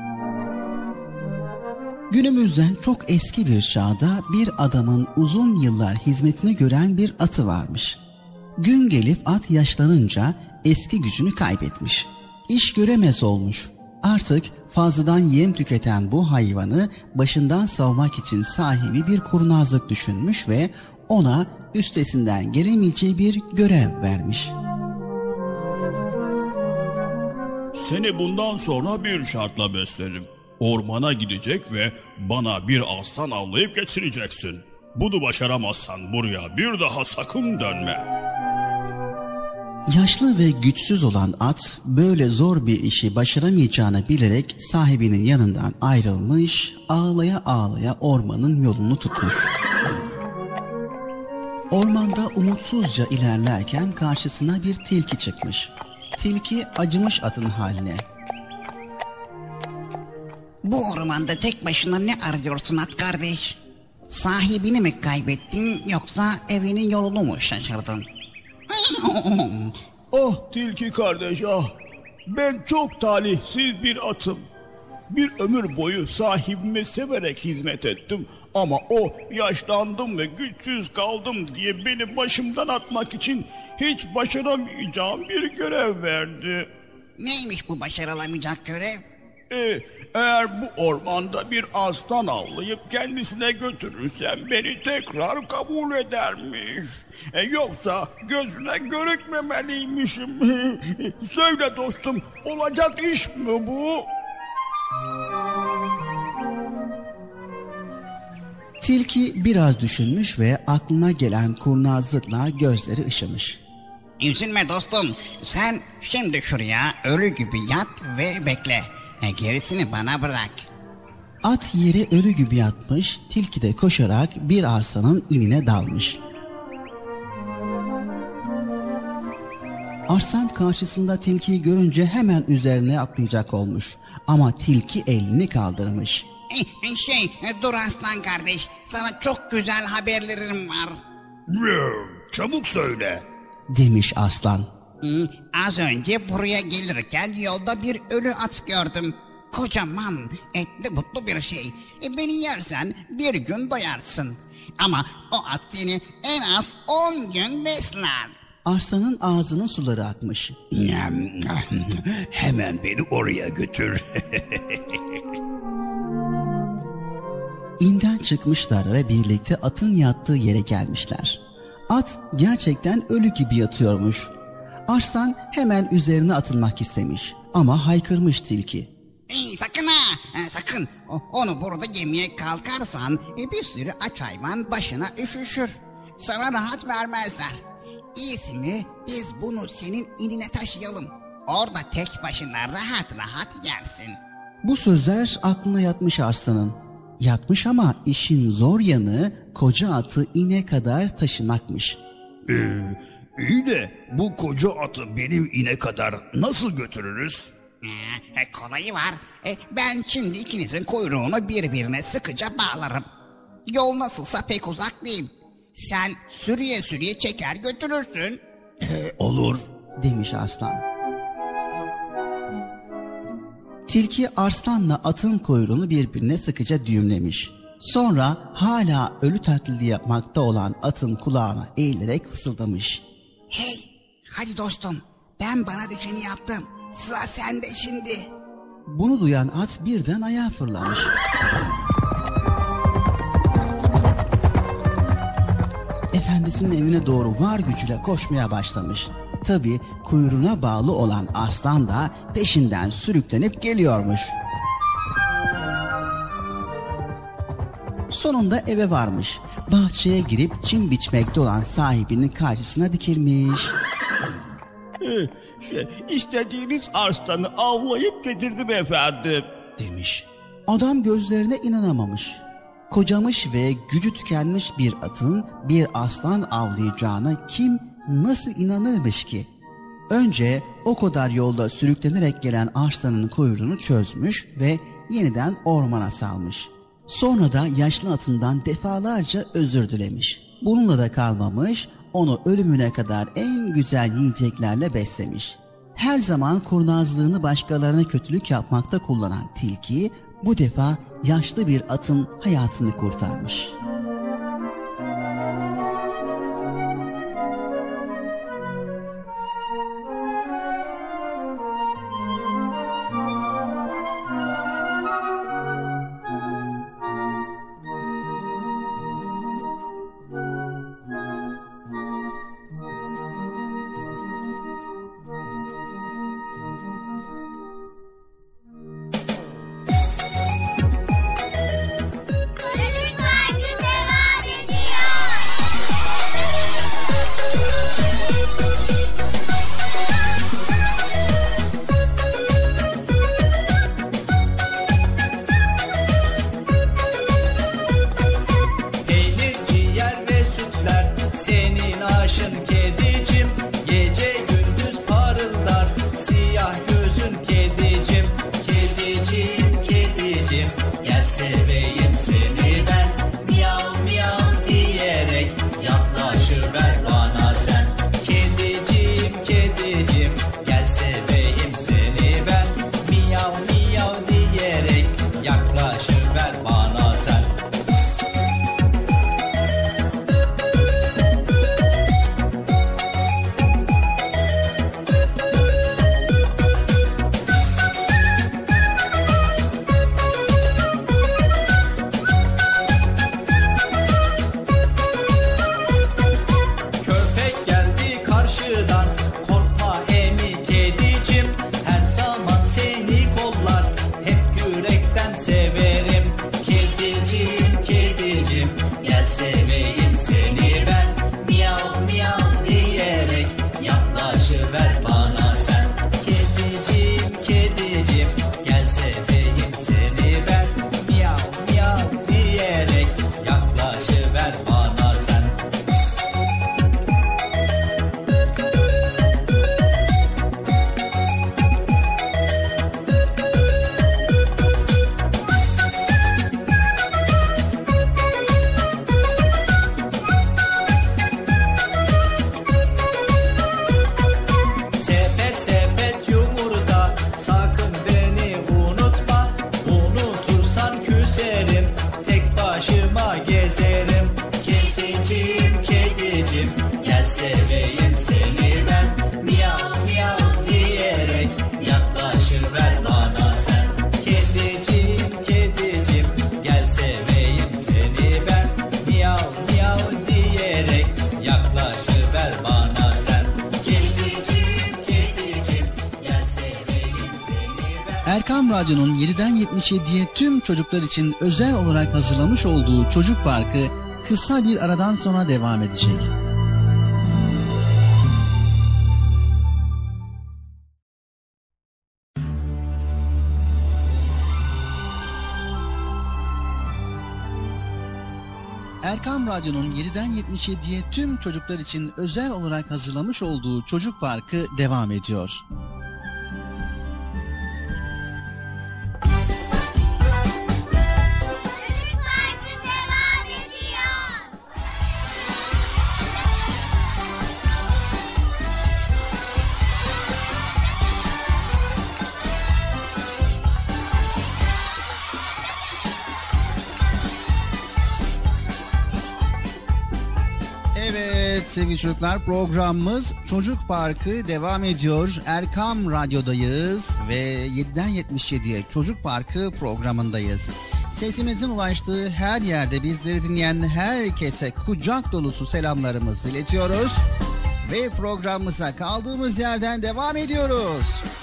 Günümüzden çok eski bir çağda bir adamın uzun yıllar hizmetini gören bir atı varmış. Gün gelip at yaşlanınca eski gücünü kaybetmiş. İş göremez olmuş. Artık fazladan yem tüketen bu hayvanı başından savmak için sahibi bir kurnazlık düşünmüş ve ona üstesinden gelemeyeceği bir görev vermiş. Seni bundan sonra bir şartla beslerim. Ormana gidecek ve bana bir aslan avlayıp getireceksin. Bunu başaramazsan buraya bir daha sakın dönme. Yaşlı ve güçsüz olan at böyle zor bir işi başaramayacağını bilerek sahibinin yanından ayrılmış, ağlaya ağlaya ormanın yolunu tutmuş. Ormanda umutsuzca ilerlerken karşısına bir tilki çıkmış. Tilki acımış atın haline. Bu ormanda tek başına ne arıyorsun at kardeş? Sahibini mi kaybettin yoksa evinin yolunu mu şaşırdın? Ah tilki kardeş ah. Ben çok talihsiz bir atım. Bir ömür boyu sahibime severek hizmet ettim. Ama o yaşlandım ve güçsüz kaldım diye beni başımdan atmak için hiç başaramayacağım bir görev verdi. Neymiş bu başarılamayacak görev? Eğer bu ormanda bir aslan avlayıp kendisine götürürsem beni tekrar kabul edermiş. Yoksa gözüne görükmemeliymişim. Söyle dostum, olacak iş mi bu? Tilki biraz düşünmüş ve aklına gelen kurnazlıkla gözleri ışımış. Üzülme dostum, sen şimdi şuraya ölü gibi yat ve bekle. Gerisini bana bırak. At yere ölü gibi yatmış, tilki de koşarak bir arslanın inine dalmış. Arslan karşısında tilkiyi görünce hemen üzerine atlayacak olmuş. Ama tilki elini kaldırmış. Dur aslan kardeş, sana çok güzel haberlerim var. Çabuk söyle. Demiş aslan. Az önce buraya gelirken yolda bir ölü at gördüm. Kocaman, etli butlu bir şey. Beni yersen bir gün doyarsın. Ama o at seni en az 10 gün besler. Arslanın ağzının suları akmış. Hemen beni oraya götür. İnden çıkmışlar ve birlikte atın yattığı yere gelmişler. At gerçekten ölü gibi yatıyormuş. Arslan hemen üzerine atılmak istemiş ama haykırmış tilki. Sakın ha, sakın. Onu burada yemeye kalkarsan bir sürü aç hayvan başına üşüşür. Sana rahat vermezler. İyisini biz bunu senin inine taşıyalım. Orada tek başına rahat rahat yersin. Bu sözler aklına yatmış Arslan'ın. Yatmış ama işin zor yanı koca atı ine kadar taşımakmış. İyi de bu koca atı benim ine kadar nasıl götürürüz? Kolayı var. Ben şimdi ikinizin kuyruğunu birbirine sıkıca bağlarım. Yol nasılsa pek uzak değil. Sen sürüye sürüye çeker götürürsün. Olur. Demiş Arslan. Tilki Arslan'la atın kuyruğunu birbirine sıkıca düğümlemiş. Sonra hala ölü taklidi yapmakta olan atın kulağına eğilerek fısıldamış. Hey, hadi dostum, ben bana düşeni yaptım. Sıra sende şimdi. Bunu duyan at birden ayağa fırlamış. Efendisinin evine doğru var gücüyle koşmaya başlamış. Tabii kuyruğuna bağlı olan Arslan da peşinden sürüklenip geliyormuş. Sonunda eve varmış. Bahçeye girip çim biçmekte olan sahibinin karşısına dikilmiş. İstediğiniz arslanı avlayıp getirdim efendim. Demiş. Adam gözlerine inanamamış. Kocamış ve gücü tükenmiş bir atın bir aslan avlayacağına kim nasıl inanırmış ki? Önce o kadar yolda sürüklenerek gelen arslanın kuyruğunu çözmüş ve yeniden ormana salmış. Sonra da yaşlı atından defalarca özür dilemiş. Bununla da kalmamış, onu ölümüne kadar en güzel yiyeceklerle beslemiş. Her zaman kurnazlığını başkalarına kötülük yapmakta kullanan tilki, bu defa yaşlı bir atın hayatını kurtarmış. Çocuk Parkı Erkam Radyo'nun 7'den 77'ye tüm çocuklar için özel olarak hazırlamış olduğu Çocuk Parkı kısa bir aradan sonra devam edecek. Erkam Radyo'nun 7'den 77'ye tüm çocuklar için özel olarak hazırlamış olduğu Çocuk Parkı devam ediyor. Evet sevgili çocuklar, programımız Çocuk Parkı devam ediyor. Erkam Radyo'dayız ve 7'den 77'ye Çocuk Parkı programındayız. Sesimizin ulaştığı her yerde bizleri dinleyen herkese kucak dolusu selamlarımızı iletiyoruz. Ve programımıza kaldığımız yerden devam ediyoruz.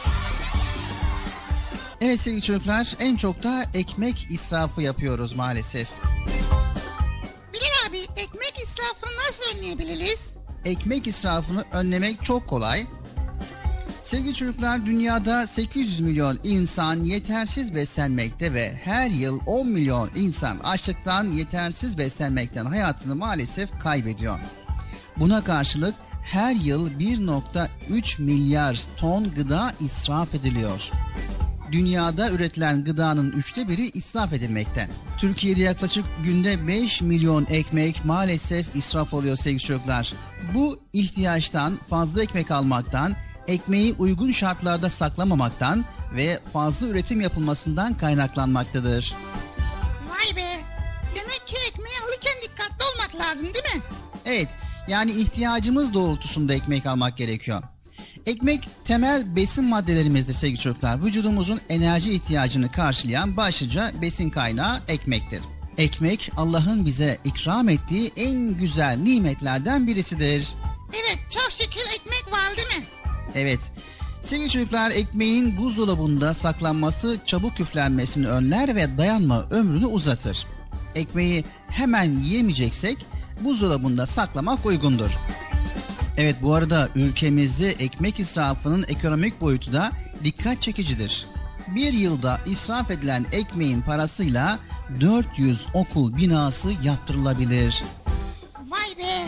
Evet sevgili çocuklar, en çok da ekmek israfı yapıyoruz maalesef. Bilal abi, ekmek israfını nasıl önleyebiliriz? Ekmek israfını önlemek çok kolay. Sevgili çocuklar, dünyada 800 milyon insan yetersiz beslenmekte ve her yıl 10 milyon insan açlıktan, yetersiz beslenmekten hayatını maalesef kaybediyor. Buna karşılık her yıl 1,3 milyar ton gıda israf ediliyor. Dünyada üretilen gıdanın 1/3 israf edilmekte. Türkiye'de yaklaşık günde 5 milyon ekmek maalesef israf oluyor sevgili çocuklar. Bu ihtiyaçtan, fazla ekmek almaktan, ekmeği uygun şartlarda saklamamaktan ve fazla üretim yapılmasından kaynaklanmaktadır. Vay be! Demek ki ekmeği alırken dikkatli olmak lazım değil mi? Evet, yani ihtiyacımız doğrultusunda ekmek almak gerekiyor. Ekmek temel besin maddelerimizdir sevgili çocuklar. Vücudumuzun enerji ihtiyacını karşılayan başlıca besin kaynağı ekmektir. Ekmek Allah'ın bize ikram ettiği en güzel nimetlerden birisidir. Evet, çok şükür ekmek var değil mi? Evet. Sevgili çocuklar, ekmeğin buzdolabında saklanması çabuk küflenmesini önler ve dayanma ömrünü uzatır. Ekmeği hemen yiyemeyeceksek buzdolabında saklamak uygundur. Evet, bu arada ülkemizde ekmek israfının ekonomik boyutu da dikkat çekicidir. Bir yılda israf edilen ekmeğin parasıyla 400 okul binası yaptırılabilir. Vay be!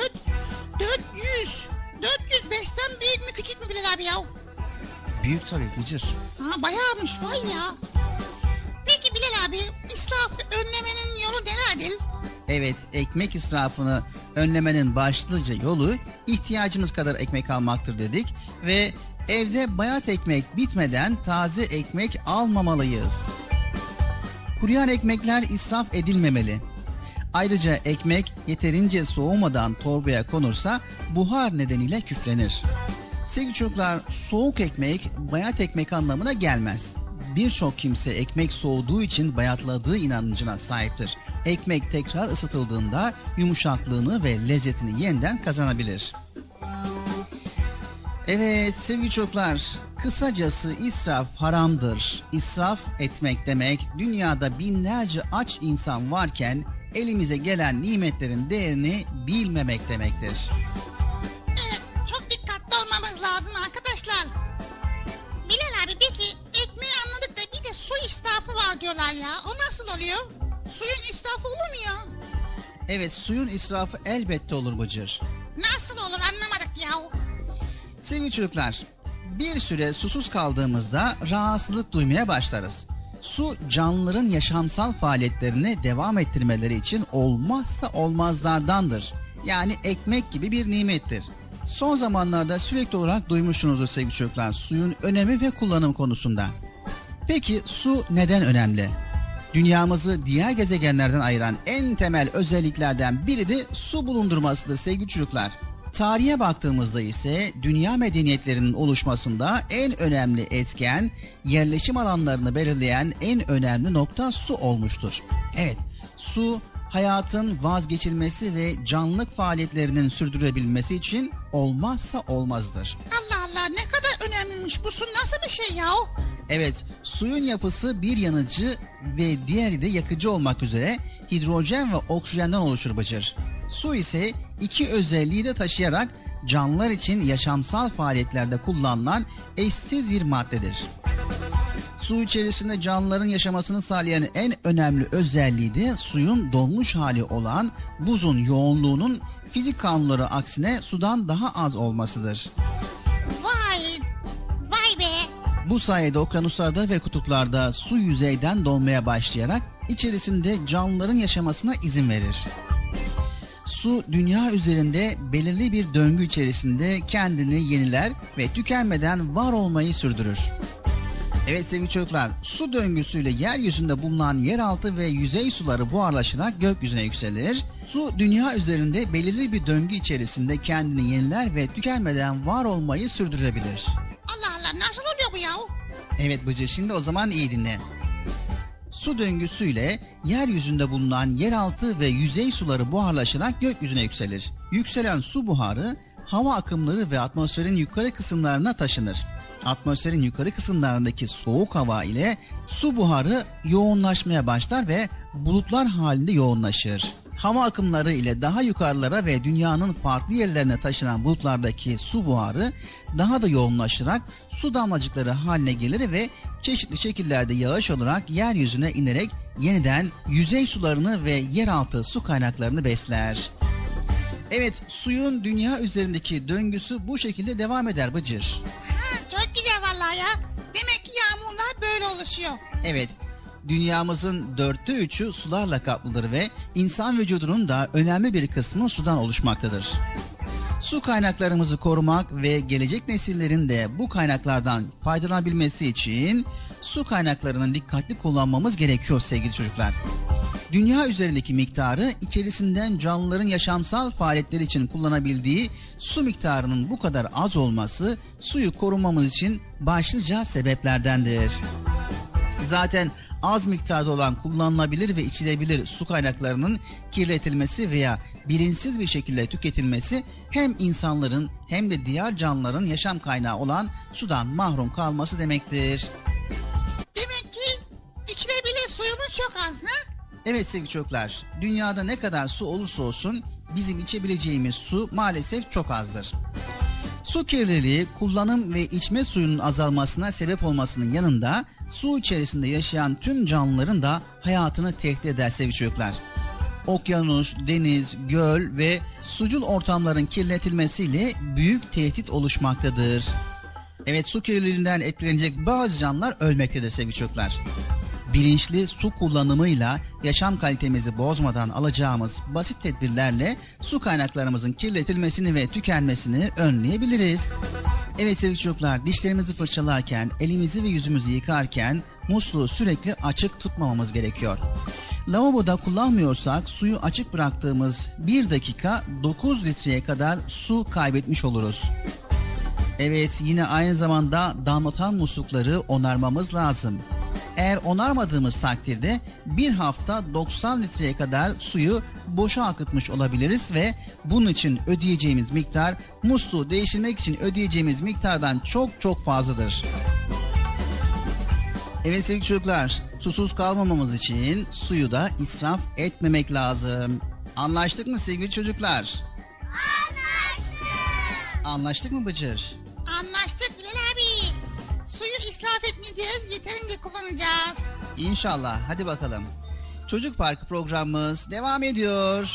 400! 405'ten büyük mü küçük mü Bilal abi ya? Büyük tabii Bıcır. Ha, bayağımış vay ya. Peki Bilal abi, israfı önlemenin yolu nelerdir? Evet, ekmek israfını önlemenin başlıca yolu ihtiyacımız kadar ekmek almaktır dedik ve evde bayat ekmek bitmeden taze ekmek almamalıyız. Kuruyan ekmekler israf edilmemeli. Ayrıca ekmek yeterince soğumadan torbaya konursa buhar nedeniyle küflenir. Sevgili çocuklar, soğuk ekmek bayat ekmek anlamına gelmez. Birçok kimse ekmek soğuduğu için bayatladığı inancına sahiptir. Ekmek tekrar ısıtıldığında yumuşaklığını ve lezzetini yeniden kazanabilir. Evet sevgili çocuklar, kısacası israf haramdır. İsraf etmek demek, dünyada binlerce aç insan varken elimize gelen nimetlerin değerini bilmemek demektir. Evet, çok dikkatli olmamız lazım arkadaşlar. Bilal abi, peki ekmeği anladık da bir de su israfı var diyorlar ya. O nasıl oluyor? Suyun israfı olur mu ya? Evet, suyun israfı elbette olur Bıcır. Nasıl olur anlamadık ya. Sevgili çocuklar, bir süre susuz kaldığımızda rahatsızlık duymaya başlarız. Su canlıların yaşamsal faaliyetlerini devam ettirmeleri için olmazsa olmazlardandır. Yani ekmek gibi bir nimettir. Son zamanlarda sürekli olarak duymuşsunuzdur sevgili çocuklar, suyun önemi ve kullanım konusunda. Peki su neden önemli? Dünyamızı diğer gezegenlerden ayıran en temel özelliklerden biri de su bulundurmasıdır sevgili çocuklar. Tarihe baktığımızda ise dünya medeniyetlerinin oluşmasında en önemli etken, yerleşim alanlarını belirleyen en önemli nokta su olmuştur. Evet, su hayatın vazgeçilmesi ve canlılık faaliyetlerinin sürdürülebilmesi için olmazsa olmazdır. Allah Allah, ne kadar önemliymiş bu su, nasıl bir şey ya? Evet, Suyun yapısı bir yanıcı ve diğeri de yakıcı olmak üzere hidrojen ve oksijenden oluşur Bıcır. Su ise iki özelliği de taşıyarak canlılar için yaşamsal faaliyetlerde kullanılan eşsiz bir maddedir. Su içerisinde canlıların yaşamasını sağlayan en önemli özelliği de suyun donmuş hali olan buzun yoğunluğunun fizik kanunları aksine sudan daha az olmasıdır. Vay be. Bu sayede okyanuslarda ve kutuplarda su yüzeyden donmaya başlayarak içerisinde canlıların yaşamasına izin verir. Su dünya üzerinde belirli bir döngü içerisinde kendini yeniler ve tükenmeden var olmayı sürdürür. Evet sevgili çocuklar, su döngüsüyle yeryüzünde bulunan yeraltı ve yüzey suları buharlaşarak gökyüzüne yükselir. Su dünya üzerinde belirli bir döngü içerisinde kendini yeniler ve tükenmeden var olmayı sürdürebilir. Allah Allah, nasıl oluyor bu yahu? Evet Bıcır, şimdi o zaman iyi dinle. Su döngüsüyle yeryüzünde bulunan yeraltı ve yüzey suları buharlaşarak gökyüzüne yükselir. Yükselen su buharı hava akımları ve atmosferin yukarı kısımlarına taşınır. Atmosferin yukarı kısımlarındaki soğuk hava ile su buharı yoğunlaşmaya başlar ve bulutlar halinde yoğunlaşır. Hava akımları ile daha yukarılara ve dünyanın farklı yerlerine taşınan bulutlardaki su buharı daha da yoğunlaşarak su damlacıkları haline gelir ve çeşitli şekillerde yağış olarak yeryüzüne inerek yeniden yüzey sularını ve yeraltı su kaynaklarını besler. Evet, suyun dünya üzerindeki döngüsü bu şekilde devam eder Bıcır. Çok güzel vallahi ya. Demek ki yağmurlar böyle oluşuyor. Evet, dünyamızın 3/4'ü sularla kaplıdır ve insan vücudunun da önemli bir kısmı sudan oluşmaktadır. Su kaynaklarımızı korumak ve gelecek nesillerin de bu kaynaklardan faydalanabilmesi için su kaynaklarının dikkatli kullanmamız gerekiyor sevgili çocuklar. Dünya üzerindeki miktarı içerisinden canlıların yaşamsal faaliyetleri için kullanabildiği su miktarının bu kadar az olması suyu korumamız için başlıca sebeplerdendir. Zaten az miktarda olan kullanılabilir ve içilebilir su kaynaklarının kirletilmesi veya bilinçsiz bir şekilde tüketilmesi hem insanların hem de diğer canlıların yaşam kaynağı olan sudan mahrum kalması demektir. Demek ki içilebilir suyumuz çok az, ha? Evet sevgili çocuklar, dünyada ne kadar su olursa olsun bizim içebileceğimiz su maalesef çok azdır. Su kirliliği kullanım ve içme suyunun azalmasına sebep olmasının yanında su içerisinde yaşayan tüm canlıların da hayatını tehdit eder sevgili çocuklar. Okyanus, deniz, göl ve sucul ortamların kirletilmesiyle büyük tehdit oluşmaktadır. Evet, su kirliliğinden etkilenecek bazı canlılar ölmektedir sevgili çocuklar. Bilinçli su kullanımıyla yaşam kalitemizi bozmadan alacağımız basit tedbirlerle su kaynaklarımızın kirletilmesini ve tükenmesini önleyebiliriz. Evet sevgili çocuklar, dişlerimizi fırçalarken, elimizi ve yüzümüzü yıkarken musluğu sürekli açık tutmamamız gerekiyor. Lavaboda kullanmıyorsak suyu açık bıraktığımız 1 dakika 9 litreye kadar su kaybetmiş oluruz. Evet, yine aynı zamanda damlatan muslukları onarmamız lazım. Eğer onarmadığımız takdirde bir hafta 90 litreye kadar suyu boşa akıtmış olabiliriz ve bunun için ödeyeceğimiz miktar musluğu değiştirmek için ödeyeceğimiz miktardan çok fazladır. Evet sevgili çocuklar, susuz kalmamamız için suyu da israf etmemek lazım. Anlaştık mı sevgili çocuklar? Anlaştık. Anlaştık mı Bıcır? Anlaştık Bilal abi. Suyu israf etmeyeceğiz, yeterince kullanacağız. İnşallah, hadi bakalım. Çocuk Parkı programımız devam ediyor.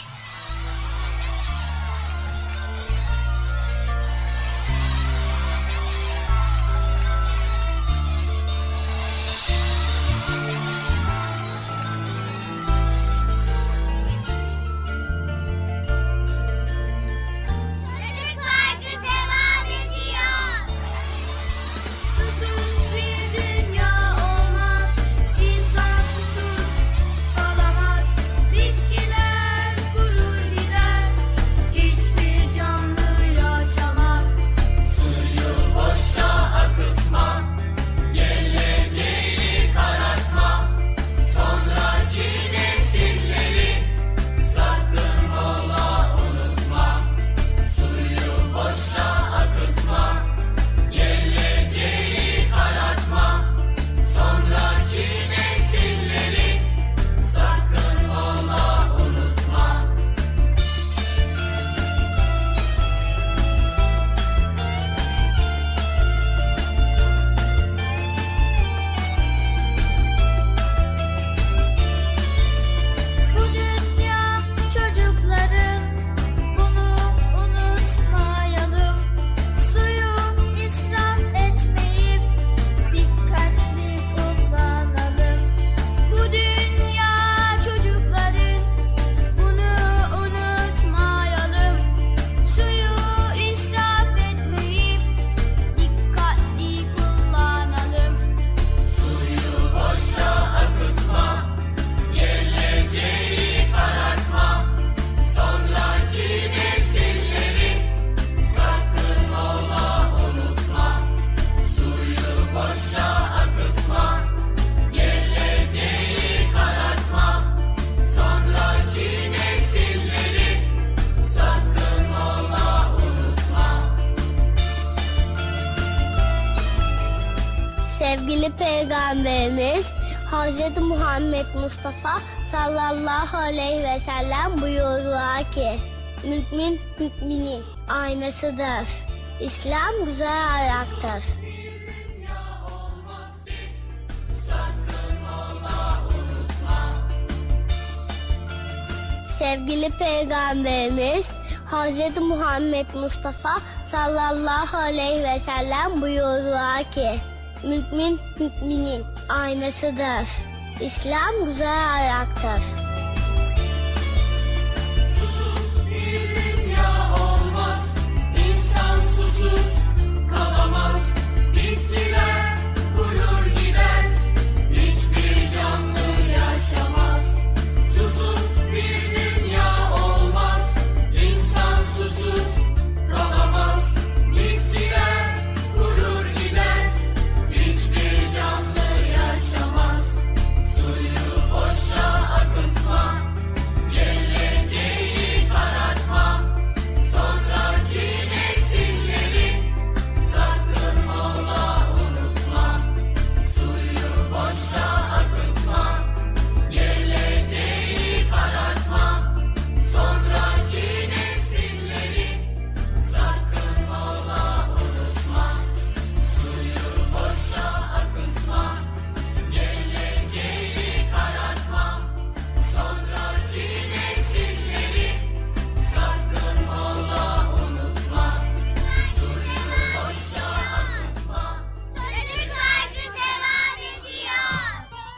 Bitkiler Sevgili Peygamberimiz Hz. Muhammed Mustafa sallallahu aleyhi ve sellem buyurdular ki mümin müminin aynasıdır. İslam güzel ayaktır. Sevgili Peygamberimiz Hz. Muhammed Mustafa sallallahu aleyhi ve sellem buyurdular ki mümin müminin aynasıdır. İslam güzel ayaktır. Susuz bir dünya olmaz, insan susuz kalamaz. Bitkiler kurur gider, hiçbir canlı yaşamaz. Susuz bir dünya olmaz, insan susuz kalamaz. Bitkiler kurur gider, hiçbir canlı yaşamaz. Suyu boşa akıtma, geleceği karartma. Sonraki nesilleri sakın ola unutma. Suyu boşa akıtma, geleceği karartma. Sonraki nesilleri sakın ola unutma. Suyu boşa akıtma, geleceği karartma. Sonraki nesilleri sakın ola unutma. Suyu boşa akıtma. Çocuk Parkı devam ediyor.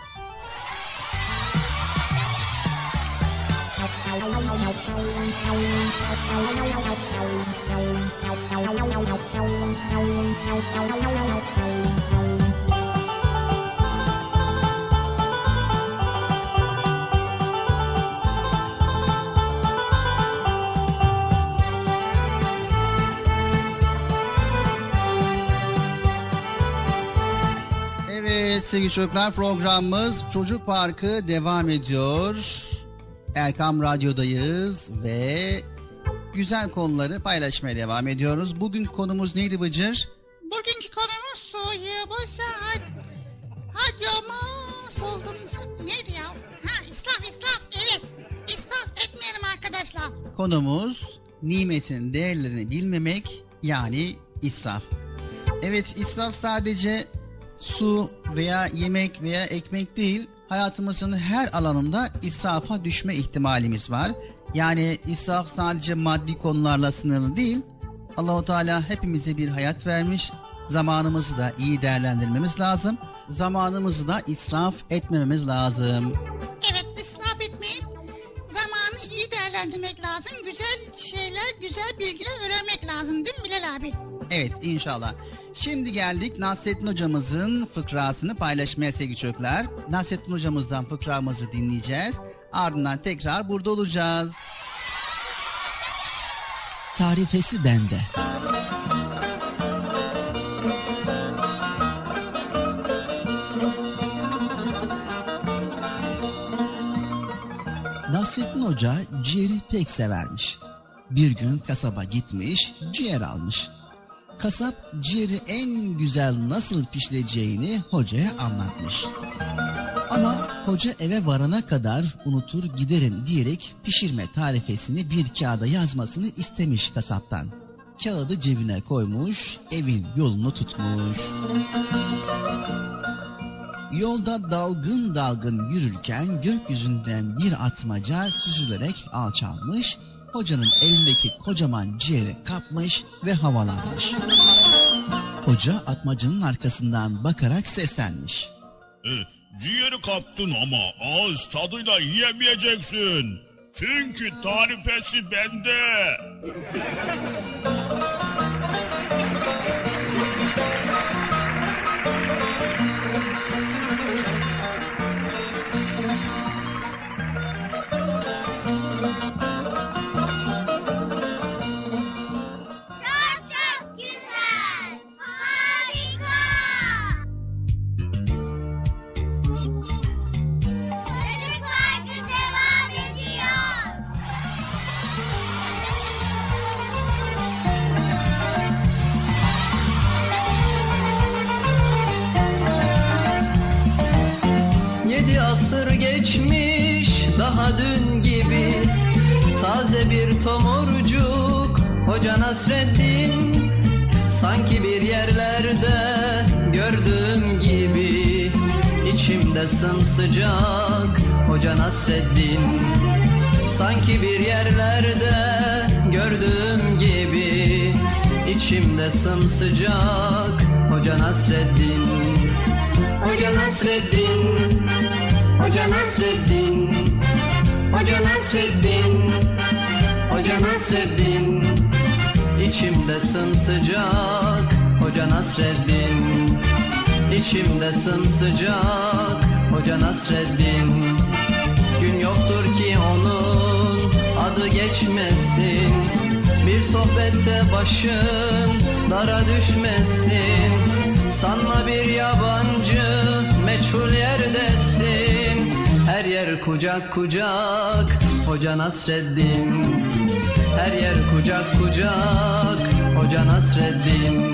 Evet sevgili çocuklar, programımız Çocuk Parkı devam ediyor. Erkam Radyo'dayız ve güzel konuları paylaşmaya devam ediyoruz. Bugünkü konumuz neydi Bıcır? Bugünkü konumuz suyu bu saat. Hacımı soldum. Neydi ya? Ha, israf. Evet. İsraf etmeyelim arkadaşlar. Konumuz nimetin değerlerini bilmemek, yani israf. Evet, israf sadece su veya yemek veya ekmek değil, hayatımızın her alanında israfa düşme ihtimalimiz var. Yani israf sadece maddi konularla sınırlı değil. Allah-u Teala hepimize bir hayat vermiş. Zamanımızı da iyi değerlendirmemiz lazım. Zamanımızı da israf etmememiz lazım. Evet, israf etmeyip zamanı iyi değerlendirmek lazım. Güzel şeyler, güzel bilgiler öğrenmek lazım değil mi Bilal abi? Evet, inşallah. Şimdi geldik Nasrettin hocamızın fıkrasını paylaşmaya sevgili çocuklar. Nasrettin hocamızdan fıkramızı dinleyeceğiz. Ardından tekrar burada olacağız. Tarifesi bende. Nasrettin Hoca ciğeri pek severmiş. Bir gün kasaba gitmiş, ciğer almış. Kasap ciğeri en güzel nasıl pişireceğini hocaya anlatmış. Ama hoca eve varana kadar unutur giderim diyerek pişirme tarifesini bir kağıda yazmasını istemiş kasaptan. Kağıdı cebine koymuş, evin yolunu tutmuş. Yolda dalgın dalgın yürürken gökyüzünden bir atmaca süzülerek alçalmış, hocanın elindeki kocaman ciğeri kapmış ve havalanmış. Hoca atmacanın arkasından bakarak seslenmiş. Ciğeri kaptın ama ağız tadıyla yiyemeyeceksin. Çünkü tarifesi bende. Çok güzel. Harika. Çocuk Parkı devam ediyor. daha dün gibi. Taze bir tomurcuk Hoca Nasreddin, sanki bir yerlerde gördüğüm gibi. İçimde sımsıcak Hoca Nasreddin, sanki bir yerlerde gördüğüm gibi. İçimde sımsıcak Hoca Nasreddin. Hoca Nasreddin, Hoca Nasreddin, Hoca Nasreddin, Hoca Nasreddin. İçimde sımsıcak Hoca Nasreddin, İçimde sımsıcak Hoca Nasreddin. Gün yoktur ki onun adı geçmesin, bir sohbette başın dara düşmesin. Sanma bir yabancı meçhul yerdesin, her yer kucak kucak Hoca Nasreddin. Her yer kucak kucak Hoca Nasreddin.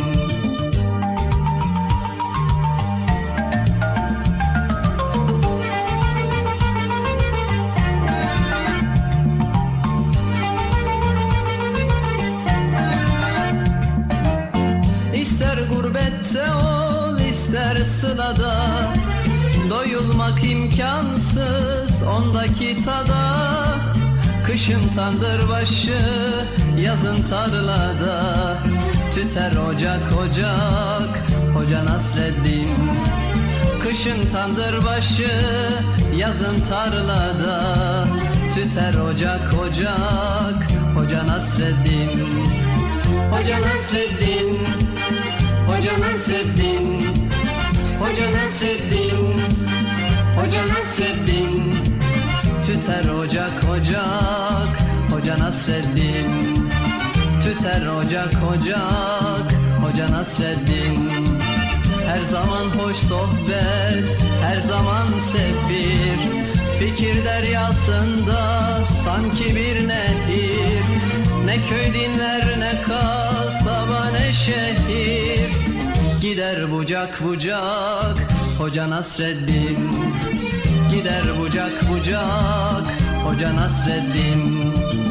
İster gurbette ol, ister sılada, doyulmak imkansız ondaki tada. Kışın tandırbaşı, yazın tarlada, tüter ocak ocak Hoca Nasreddin. Kışın tandırbaşı, yazın tarlada, tüter ocak ocak Hoca Nasreddin. Hoca Nasreddin, Hoca Nasreddin, Hoca Nasreddin, Hoca Nasreddin. Tüter ocak ocak Hoca Nasreddin, tüter ocak ocak Hoca Nasreddin. Her zaman hoş sohbet, her zaman sefir, fikir deryasında sanki bir nehir. Ne köy dinler, ne kasaba, ne şehir, gider bucak bucak Hoca Nasreddin. Gider bucak bucak Hoca Nasreddin.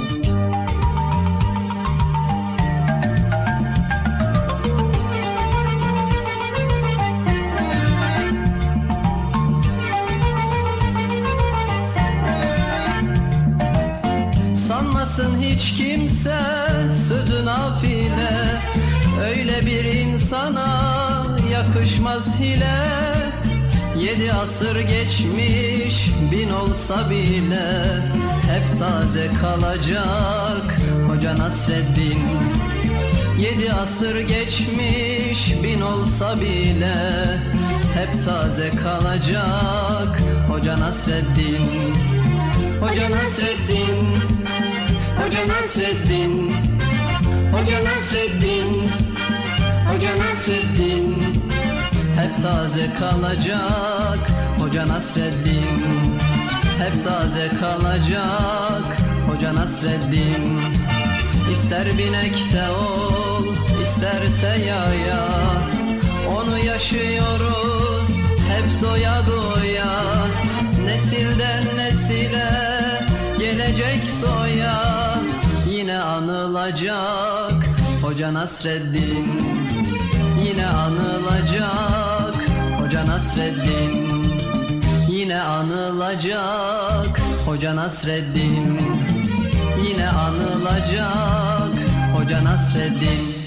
Sanmasın hiç kimse sözü nafile, öyle bir insana yakışmaz hile. 7 asır geçmiş, 1000 olsa bile hep taze kalacak Hoca Nasreddin. 7 asır geçmiş, 1000 olsa bile hep taze kalacak Hoca Nasreddin. Hoca Nasreddin, Hoca Nasreddin, Hoca Nasreddin, Hoca Nasreddin. Hep taze kalacak Hoca Nasreddin. Hep taze kalacak Hoca Nasreddin. İster binekte ol, isterse yaya, onu yaşıyoruz hep doya doya. Nesilden nesile gelecek soya, yine anılacak Hoca Nasreddin. Yine anılacak Hoca Nasreddin. Yine anılacak Hoca Nasreddin. Yine anılacak Hoca Nasreddin.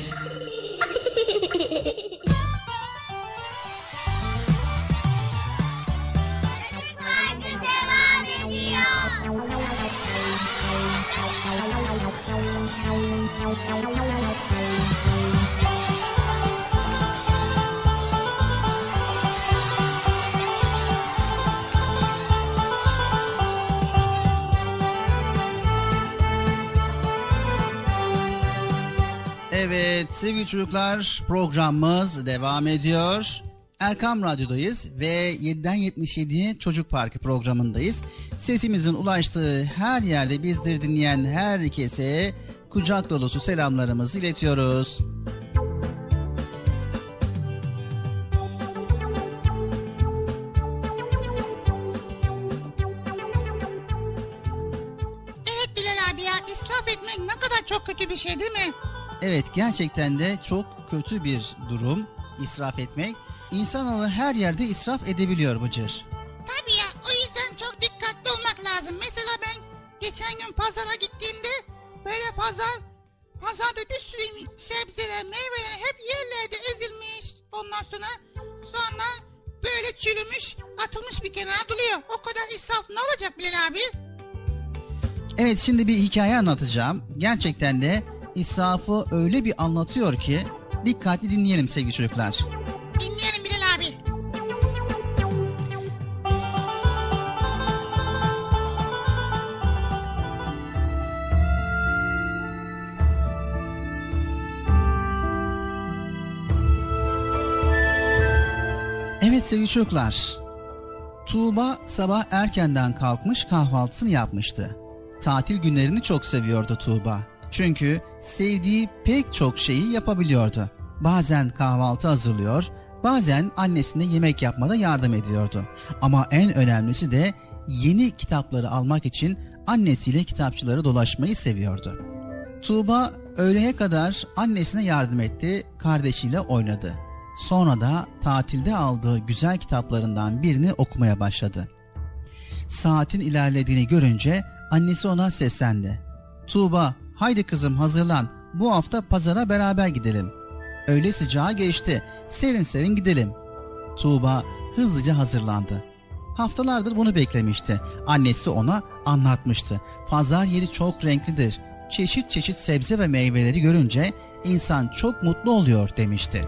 Parkı devam ediyor. Evet sevgili çocuklar, programımız devam ediyor. Erkam Radyo'dayız ve 7'den 77'ye Çocuk Parkı programındayız. Sesimizin ulaştığı her yerde bizleri dinleyen herkese kucak dolusu selamlarımızı iletiyoruz. kötü bir şey değil mi? Evet, gerçekten de çok kötü bir durum israf etmek. İnsanoğlu her yerde israf edebiliyor Bıcır. Tabii ya, o yüzden çok dikkatli olmak lazım. Mesela ben geçen gün pazara gittiğimde böyle pazarda bir sürü sebzeler, meyveler hep yerlerde ezilmiş. Ondan sonra böyle çürümüş, atılmış bir kenara duruyor. O kadar israf ne olacak Bilal abi? Evet, şimdi bir hikaye anlatacağım. Gerçekten de israfı öyle bir anlatıyor ki dikkatli dinleyelim sevgili çocuklar. Dinleyelim Bilal abi. Evet sevgili çocuklar, Tuğba sabah erkenden kalkmış kahvaltısını yapmıştı. Tatil günlerini çok seviyordu Tuğba. Çünkü sevdiği pek çok şeyi yapabiliyordu. Bazen kahvaltı hazırlıyor, bazen annesine yemek yapmada yardım ediyordu. Ama en önemlisi de yeni kitapları almak için annesiyle kitapçıları dolaşmayı seviyordu. Tuğba öğleye kadar annesine yardım etti, kardeşiyle oynadı. Sonra da tatilde aldığı güzel kitaplarından birini okumaya başladı. Saatin ilerlediğini görünce annesi ona seslendi. "Tuğba, haydi kızım hazırlan, bu hafta pazara beraber gidelim. Öğle sıcağı geçti, serin serin gidelim." Tuğba hızlıca hazırlandı. Haftalardır bunu beklemişti. Annesi ona anlatmıştı. Pazar yeri çok renklidir. Çeşit çeşit sebze ve meyveleri görünce insan çok mutlu oluyor demişti.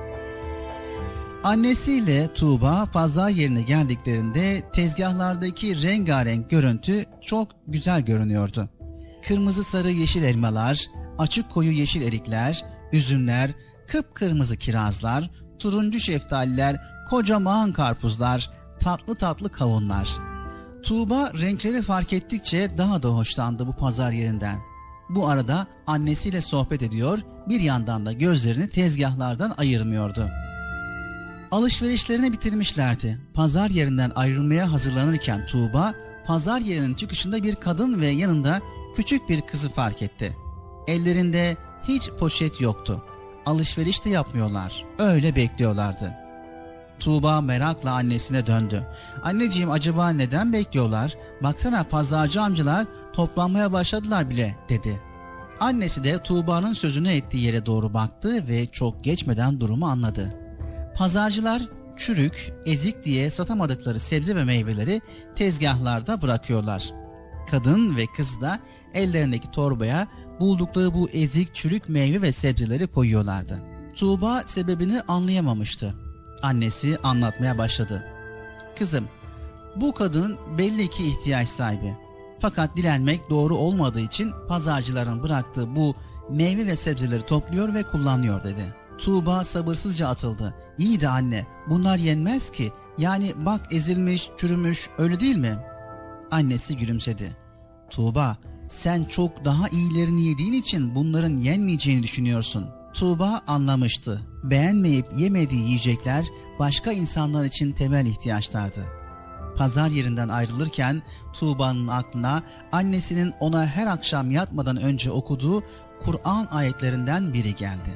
Annesiyle Tuğba pazar yerine geldiklerinde tezgahlardaki rengarenk görüntü çok güzel görünüyordu. Kırmızı sarı yeşil elmalar, açık koyu yeşil erikler, üzümler, kıpkırmızı kirazlar, turuncu şeftaliler, kocaman karpuzlar, tatlı tatlı kavunlar. Tuğba renkleri fark ettikçe daha da hoşlandı bu pazar yerinden. Bu arada annesiyle sohbet ediyor, bir yandan da gözlerini tezgahlardan ayırmıyordu. Alışverişlerini bitirmişlerdi. Pazar yerinden ayrılmaya hazırlanırken Tuğba, pazar yerinin çıkışında bir kadın ve yanında küçük bir kızı fark etti. Ellerinde hiç poşet yoktu. Alışveriş de yapmıyorlar. Öyle bekliyorlardı. Tuğba merakla annesine döndü. "Anneciğim, acaba neden bekliyorlar? Baksana, pazarcı amcalar toplanmaya başladılar bile," dedi. Annesi de Tuğba'nın sözünü ettiği yere doğru baktı ve çok geçmeden durumu anladı. Pazarcılar çürük, ezik diye satamadıkları sebze ve meyveleri tezgahlarda bırakıyorlar. Kadın ve kız da ellerindeki torbaya buldukları bu ezik, çürük meyve ve sebzeleri koyuyorlardı. Tuğba sebebini anlayamamıştı. Annesi anlatmaya başladı. "Kızım, bu kadın belli ki ihtiyaç sahibi. Fakat dilenmek doğru olmadığı için pazarcıların bıraktığı bu meyve ve sebzeleri topluyor ve kullanıyor," dedi. Tuğba sabırsızca atıldı. "İyi de anne, bunlar yenmez ki. Yani bak, ezilmiş, çürümüş, öyle değil mi?" Annesi gülümsedi. "Tuğba, sen çok daha iyilerini yediğin için bunların yenmeyeceğini düşünüyorsun." Tuğba anlamıştı. Beğenmeyip yemediği yiyecekler başka insanlar için temel ihtiyaçlardı. Pazar yerinden ayrılırken Tuğba'nın aklına annesinin ona her akşam yatmadan önce okuduğu Kur'an ayetlerinden biri geldi.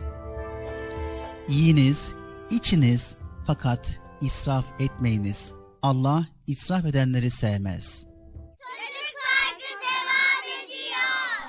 "Yiyiniz, içiniz, fakat israf etmeyiniz. Allah israf edenleri sevmez." Çocuk Parkı devam ediyor.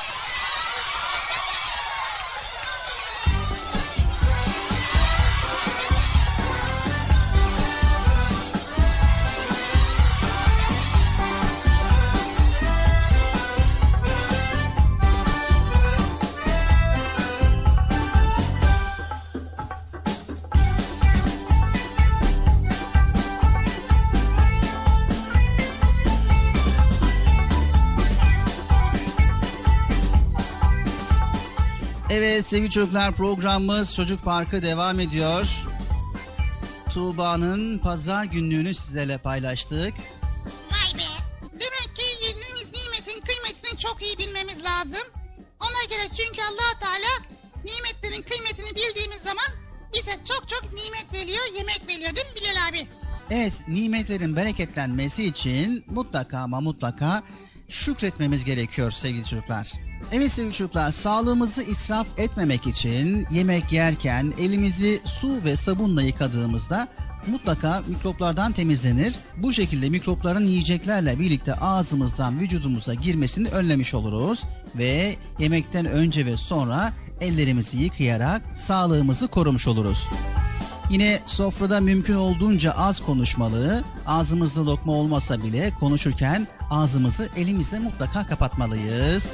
Evet sevgili çocuklar, programımız Çocuk Parkı devam ediyor. Tuğba'nın pazar günlüğünü sizlerle paylaştık. Vay be! Demek ki yediğimiz nimetin kıymetini çok iyi bilmemiz lazım. Ona göre, çünkü Allah Teala nimetlerin kıymetini bildiğimiz zaman bize çok çok nimet veriyor, yemek veriyor, değil mi Bilal abi? Evet, nimetlerin bereketlenmesi için mutlaka ama mutlaka şükretmemiz gerekiyor sevgili çocuklar. Evet sevgili çocuklar, sağlığımızı israf etmemek için yemek yerken elimizi su ve sabunla yıkadığımızda mutlaka mikroplardan temizlenir. Bu şekilde mikropların yiyeceklerle birlikte ağzımızdan vücudumuza girmesini önlemiş oluruz ve yemekten önce ve sonra ellerimizi yıkayarak sağlığımızı korumuş oluruz. Yine sofrada mümkün olduğunca az konuşmalı, ağzımızda lokma olmasa bile konuşurken ağzımızı elimizle mutlaka kapatmalıyız.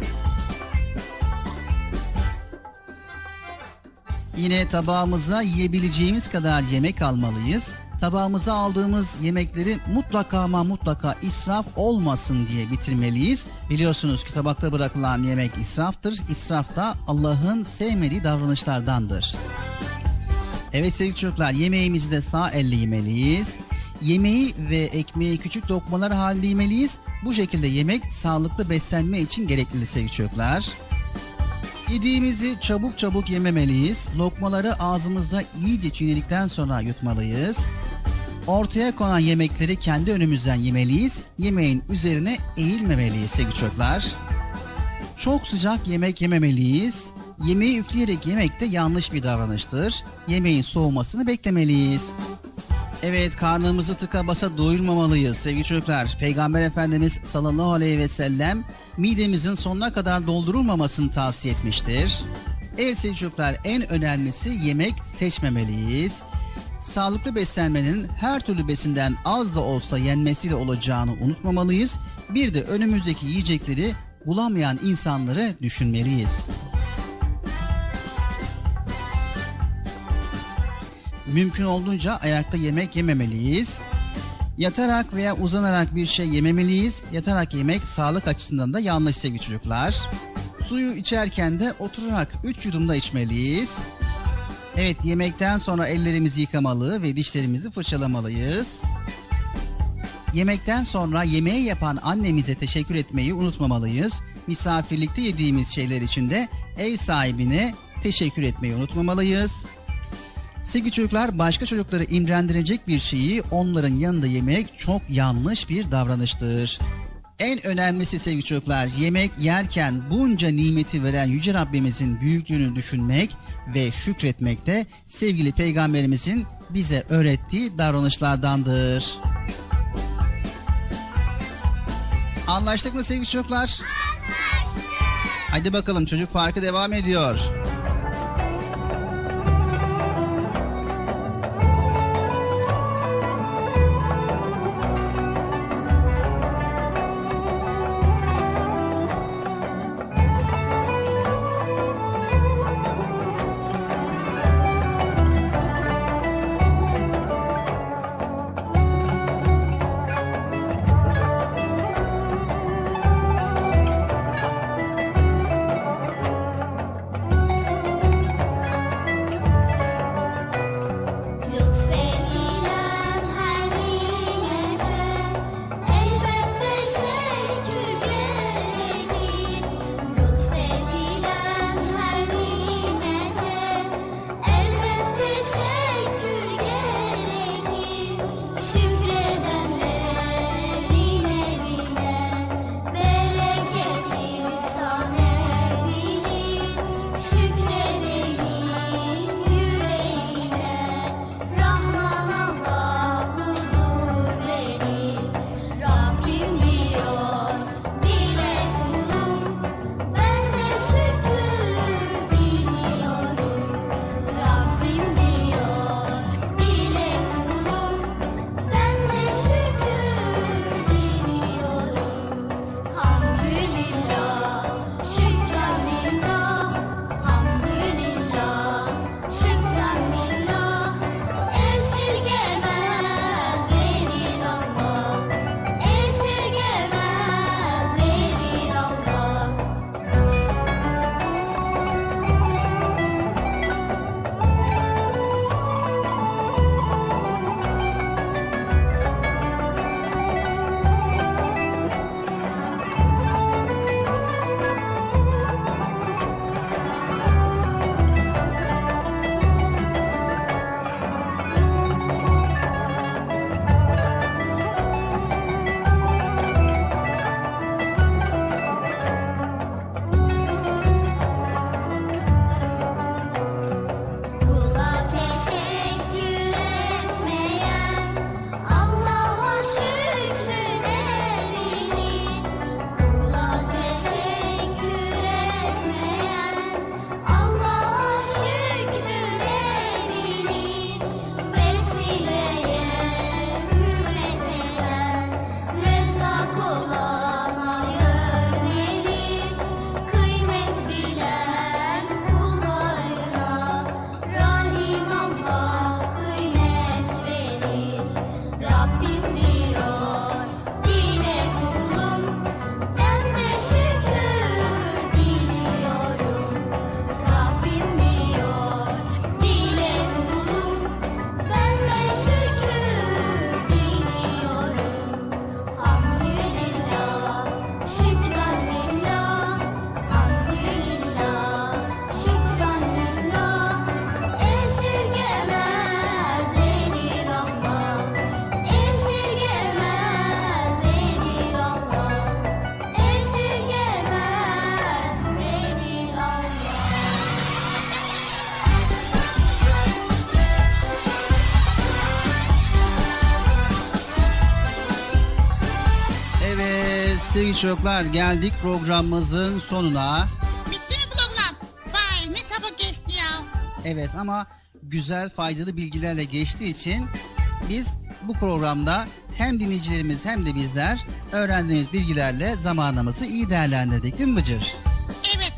Yine tabağımıza yiyebileceğimiz kadar yemek almalıyız. Tabağımıza aldığımız yemekleri mutlaka ama mutlaka israf olmasın diye bitirmeliyiz. Biliyorsunuz ki tabakta bırakılan yemek israftır. İsraf da Allah'ın sevmediği davranışlardandır. Evet sevgili çocuklar, yemeğimizi de sağ elle yemeliyiz. Yemeği ve ekmeği küçük lokmalar halinde yemeliyiz. Bu şekilde yemek sağlıklı beslenme için gerekli sevgili çocuklar. Yediğimizi çabuk çabuk yememeliyiz. Lokmaları ağzımızda iyice çiğnedikten sonra yutmalıyız. Ortaya konan yemekleri kendi önümüzden yemeliyiz. Yemeğin üzerine eğilmemeliyiz sevgili çocuklar. Çok sıcak yemek yememeliyiz. Yemeği üfleyerek yemek de yanlış bir davranıştır. Yemeğin soğumasını beklemeliyiz. Evet, karnımızı tıka basa doyurmamalıyız sevgili çocuklar. Peygamber Efendimiz sallallahu aleyhi ve sellem midemizin sonuna kadar doldurulmamasını tavsiye etmiştir. Evet sevgili çocuklar, en önemlisi yemek seçmemeliyiz. Sağlıklı beslenmenin her türlü besinden az da olsa yenmesiyle olacağını unutmamalıyız. Bir de önümüzdeki yiyecekleri bulamayan insanları düşünmeliyiz. Mümkün olduğunca ayakta yemek yememeliyiz. Yatarak veya uzanarak bir şey yememeliyiz. Yatarak yemek sağlık açısından da yanlış sevgili çocuklar. Suyu içerken de oturarak 3 yudumda içmeliyiz. Evet, yemekten sonra ellerimizi yıkamalı ve dişlerimizi fırçalamalıyız. Yemekten sonra yemeği yapan annemize teşekkür etmeyi unutmamalıyız. Misafirlikte yediğimiz şeyler için de ev sahibine teşekkür etmeyi unutmamalıyız. Sevgili çocuklar, başka çocukları imrendirecek bir şeyi onların yanında yemek çok yanlış bir davranıştır. En önemlisi sevgili çocuklar, yemek yerken bunca nimeti veren Yüce Rabbimizin büyüklüğünü düşünmek ve şükretmek de sevgili Peygamberimizin bize öğrettiği davranışlardandır. Anlaştık mı sevgili çocuklar? Anlaştık. Hadi bakalım, Çocuk Parkı devam ediyor. sevgili çocuklar, geldik programımızın sonuna. Bitti mi program? Vay ne çabuk geçti ya. Evet ama güzel faydalı bilgilerle geçtiği için biz bu programda hem dinleyicilerimiz hem de bizler öğrendiğimiz bilgilerle zamanımızı iyi değerlendirdik değil mi Bıcır? Evet.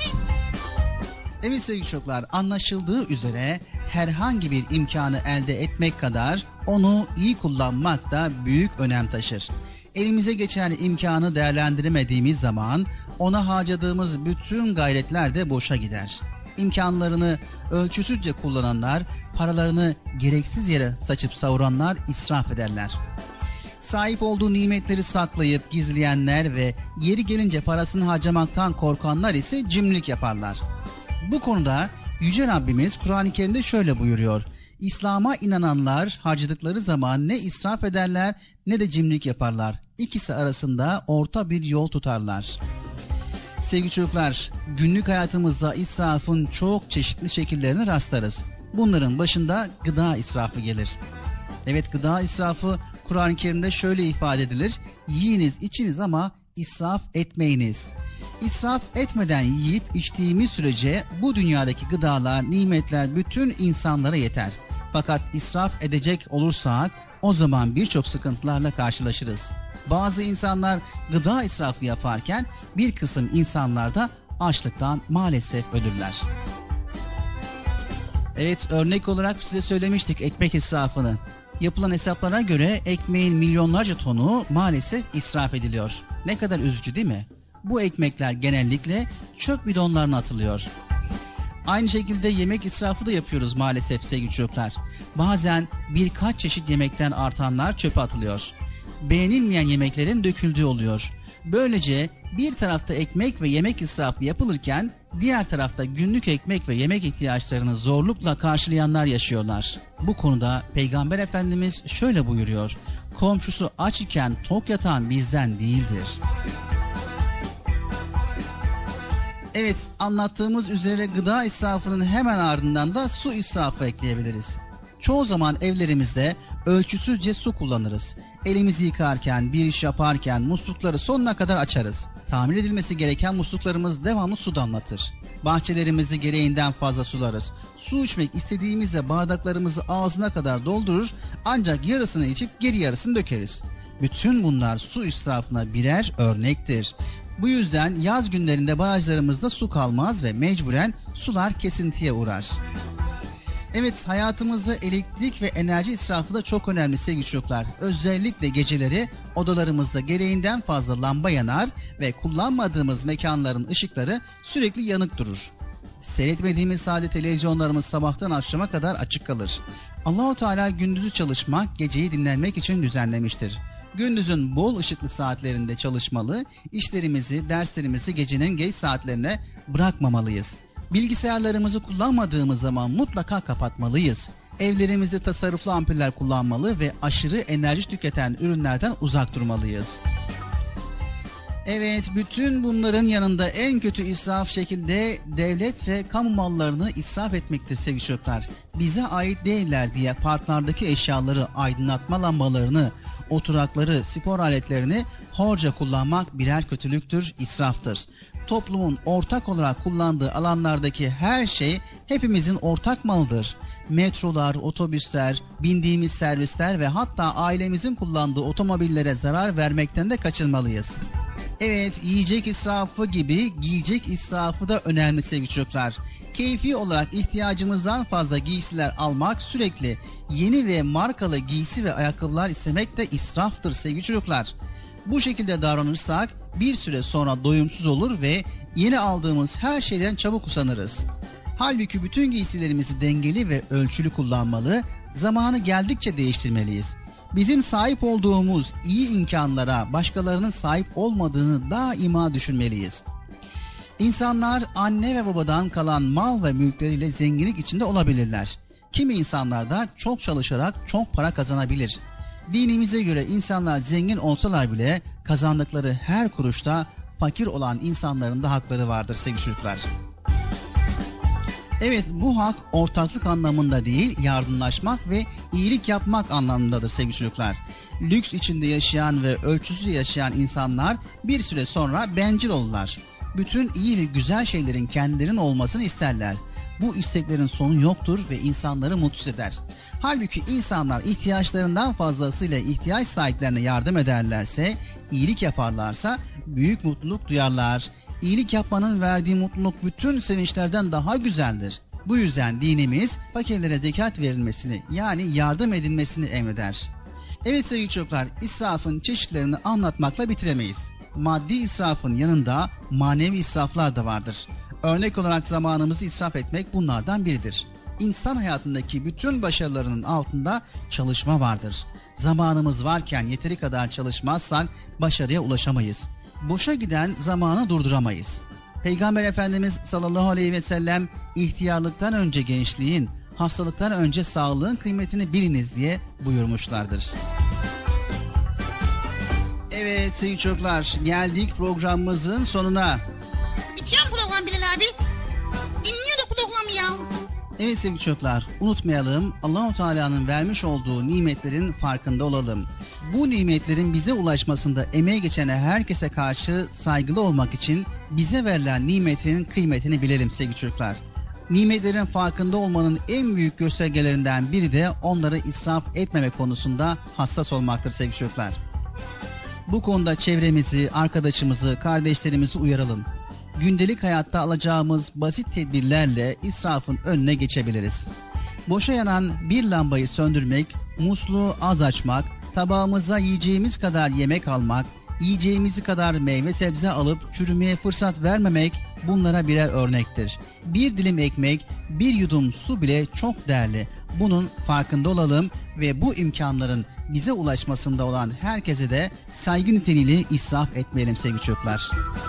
Evet sevgili çocuklar, anlaşıldığı üzere herhangi bir imkanı elde etmek kadar onu iyi kullanmak da büyük önem taşır. Elimize geçen imkanı değerlendiremediğimiz zaman ona harcadığımız bütün gayretler de boşa gider. İmkanlarını ölçüsüzce kullananlar, paralarını gereksiz yere saçıp savuranlar israf ederler. Sahip olduğu nimetleri saklayıp gizleyenler ve yeri gelince parasını harcamaktan korkanlar ise cimrilik yaparlar. Bu konuda Yüce Rabbimiz Kur'an-ı Kerim'de şöyle buyuruyor: İslam'a inananlar harcadıkları zaman ne israf ederler ne de cimrilik yaparlar. İkisi arasında orta bir yol tutarlar. Sevgili çocuklar, günlük hayatımızda israfın çok çeşitli şekillerine rastlarız. Bunların başında gıda israfı gelir. Evet, gıda israfı Kur'an-ı Kerim'de şöyle ifade edilir: yiyiniz içiniz ama israf etmeyiniz. İsraf etmeden yiyip içtiğimiz sürece bu dünyadaki gıdalar, nimetler bütün insanlara yeter. Fakat israf edecek olursak o zaman birçok sıkıntılarla karşılaşırız. Bazı insanlar gıda israfı yaparken bir kısım insanlar da açlıktan maalesef ölürler. Evet, örnek olarak size söylemiştik ekmek israfını. Yapılan hesaplara göre ekmeğin milyonlarca tonu maalesef israf ediliyor. Ne kadar üzücü değil mi? Bu ekmekler genellikle çöp bidonlarına atılıyor. Aynı şekilde yemek israfı da yapıyoruz maalesef sevgili çocuklar. Bazen birkaç çeşit yemekten artanlar çöpe atılıyor. Beğenilmeyen yemeklerin döküldüğü oluyor. Böylece bir tarafta ekmek ve yemek israfı yapılırken diğer tarafta günlük ekmek ve yemek ihtiyaçlarını zorlukla karşılayanlar yaşıyorlar. Bu konuda Peygamber Efendimiz şöyle buyuruyor: komşusu aç iken tok yatan bizden değildir. Evet, anlattığımız üzere gıda israfının hemen ardından da su israfı ekleyebiliriz. Çoğu zaman evlerimizde ölçüsüzce su kullanırız. Elimizi yıkarken, bir iş yaparken muslukları sonuna kadar açarız. Tamir edilmesi gereken musluklarımız devamlı su damlatır. Bahçelerimizi gereğinden fazla sularız. Su içmek istediğimizde bardaklarımızı ağzına kadar doldurur, ancak yarısını içip geri yarısını dökeriz. Bütün bunlar su israfına birer örnektir. Bu yüzden yaz günlerinde barajlarımızda su kalmaz ve mecburen sular kesintiye uğrar. Evet, hayatımızda elektrik ve enerji israfı da çok önemli sevgili çocuklar. Özellikle geceleri odalarımızda gereğinden fazla lamba yanar ve kullanmadığımız mekanların ışıkları sürekli yanık durur. Seyretmediğimiz sade televizyonlarımız sabahtan akşama kadar açık kalır. Allah-u Teala gündüzü çalışmak, geceyi dinlenmek için düzenlemiştir. Gündüzün bol ışıklı saatlerinde çalışmalı, işlerimizi, derslerimizi gecenin geç saatlerine bırakmamalıyız. Bilgisayarlarımızı kullanmadığımız zaman mutlaka kapatmalıyız. Evlerimizde tasarruflu ampuller kullanmalı ve aşırı enerji tüketen ürünlerden uzak durmalıyız. Evet, bütün bunların yanında en kötü israf şekilde devlet ve kamu mallarını israf etmekte sevgili çocuklar. Bize ait değiller diye parklardaki eşyaları, aydınlatma lambalarını, oturakları, spor aletlerini horca kullanmak birer kötülüktür, israftır. Toplumun ortak olarak kullandığı alanlardaki her şey hepimizin ortak malıdır. Metrolar, otobüsler, bindiğimiz servisler ve hatta ailemizin kullandığı otomobillere zarar vermekten de kaçınmalıyız. Evet, yiyecek israfı gibi giyecek israfı da önemli sevgili çocuklar. Keyfi olarak ihtiyacımızdan fazla giysiler almak, sürekli yeni ve markalı giysi ve ayakkabılar istemek de israftır sevgili çocuklar. Bu şekilde davranırsak bir süre sonra doyumsuz olur ve yeni aldığımız her şeyden çabuk usanırız. Halbuki bütün giysilerimizi dengeli ve ölçülü kullanmalı, zamanı geldikçe değiştirmeliyiz. Bizim sahip olduğumuz iyi imkanlara başkalarının sahip olmadığını daima düşünmeliyiz. İnsanlar anne ve babadan kalan mal ve mülkleriyle zenginlik içinde olabilirler. Kimi insanlar da çok çalışarak çok para kazanabilir. Dinimize göre insanlar zengin olsalar bile kazandıkları her kuruşta fakir olan insanların da hakları vardır sevgili çocuklar. Evet, bu hak ortaklık anlamında değil, yardımlaşmak ve iyilik yapmak anlamındadır sevgili çocuklar. Lüks içinde yaşayan ve ölçüsüz yaşayan insanlar bir süre sonra bencil olurlar. Bütün iyi ve güzel şeylerin kendilerinin olmasını isterler. Bu isteklerin sonu yoktur ve insanları mutsuz eder. Halbuki insanlar ihtiyaçlarından fazlasıyla ihtiyaç sahiplerine yardım ederlerse, iyilik yaparlarsa büyük mutluluk duyarlar. İyilik yapmanın verdiği mutluluk bütün sevinçlerden daha güzeldir. Bu yüzden dinimiz fakirlere zekat verilmesini, yani yardım edilmesini emreder. Evet sevgili çocuklar, israfın çeşitlerini anlatmakla bitiremeyiz. Maddi israfın yanında manevi israflar da vardır. Örnek olarak zamanımızı israf etmek bunlardan biridir. İnsan hayatındaki bütün başarılarının altında çalışma vardır. Zamanımız varken yeteri kadar çalışmazsak başarıya ulaşamayız. Boşa giden zamanı durduramayız. Peygamber Efendimiz sallallahu aleyhi ve sellem ihtiyarlıktan önce gençliğin, hastalıktan önce sağlığın kıymetini biliniz diye buyurmuşlardır. Evet sevgili çocuklar, geldik programımızın sonuna. Bitiyor mu program Bilal abi? Dinliyorduk programı ya. Evet sevgili çocuklar, unutmayalım, Allah-u Teala'nın vermiş olduğu nimetlerin farkında olalım. Bu nimetlerin bize ulaşmasında emeği geçen herkese karşı saygılı olmak için bize verilen nimetin kıymetini bilelim sevgili çocuklar. Nimetlerin farkında olmanın en büyük göstergelerinden biri de onları israf etmeme konusunda hassas olmaktır sevgili çocuklar. Bu konuda çevremizi, arkadaşımızı, kardeşlerimizi uyaralım. Gündelik hayatta alacağımız basit tedbirlerle israfın önüne geçebiliriz. Boşa yanan bir lambayı söndürmek, musluğu az açmak, tabağımıza yiyeceğimiz kadar yemek almak, yiyeceğimizi kadar meyve sebze alıp çürümeye fırsat vermemek bunlara birer örnektir. Bir dilim ekmek, bir yudum su bile çok değerli. Bunun farkında olalım ve bu imkanların bize ulaşmasında olan herkese de saygı niteliğiyle israf etmeyelim sevgili çocuklar.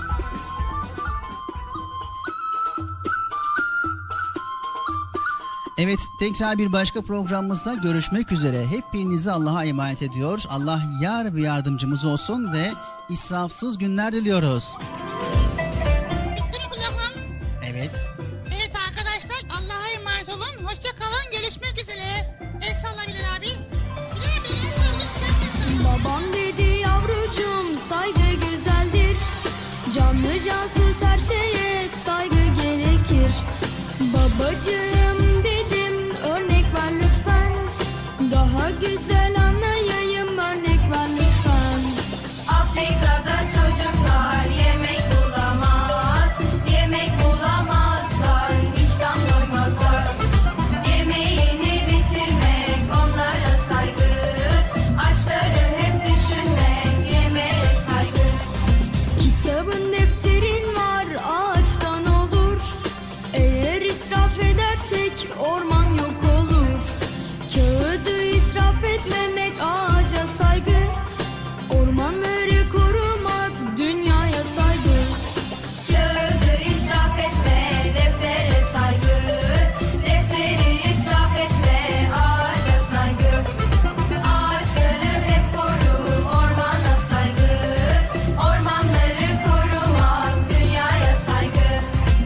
Evet, tekrar bir başka programımızda görüşmek üzere. Hepinizi Allah'a emanet ediyor. Allah yar ve yardımcımız olsun ve israfsız günler diliyoruz. Bitti mi program? Evet. Evet arkadaşlar, Allah'a emanet olun. Hoşça kalın, görüşmek üzere. El salla Bilal abi. Bilal abi, el salla. Babam dedi yavrucuğum, saygı güzeldir. Canlı cansız her şeye saygı gerekir. Babacığım örnek ver lütfen. Daha güzel anlayayım, örnek ver lütfen. Afrika'da çocuklar yemek bulamaz, yemek bulamazlar, hiçten doymazlar. Yemeğini bitirmek onlara saygı, açları hep düşünmek, yemeğe saygı. Kitabın defterin var, ağaçtan olur. Eğer israf edersek orman yok olur. Kağıdı israf etmemek, ağaca saygı. Ormanları korumak, dünyaya saygı. Kağıdı israf etme, deftere saygı. Defteri israf etme, ağaca saygı. Ağaçları hep koru, ormana saygı. Ormanları korumak, dünyaya saygı.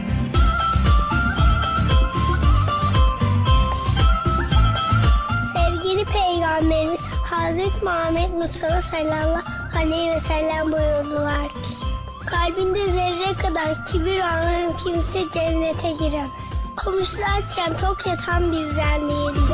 Sevgili Peygamberimiz Hazreti Muhammed Mustafa sallallahu aleyhi ve sellem buyurdular ki, kalbinde zerre kadar kibir olan kimse cennete giremez. Konuşlarken tok yatan bizden değildir.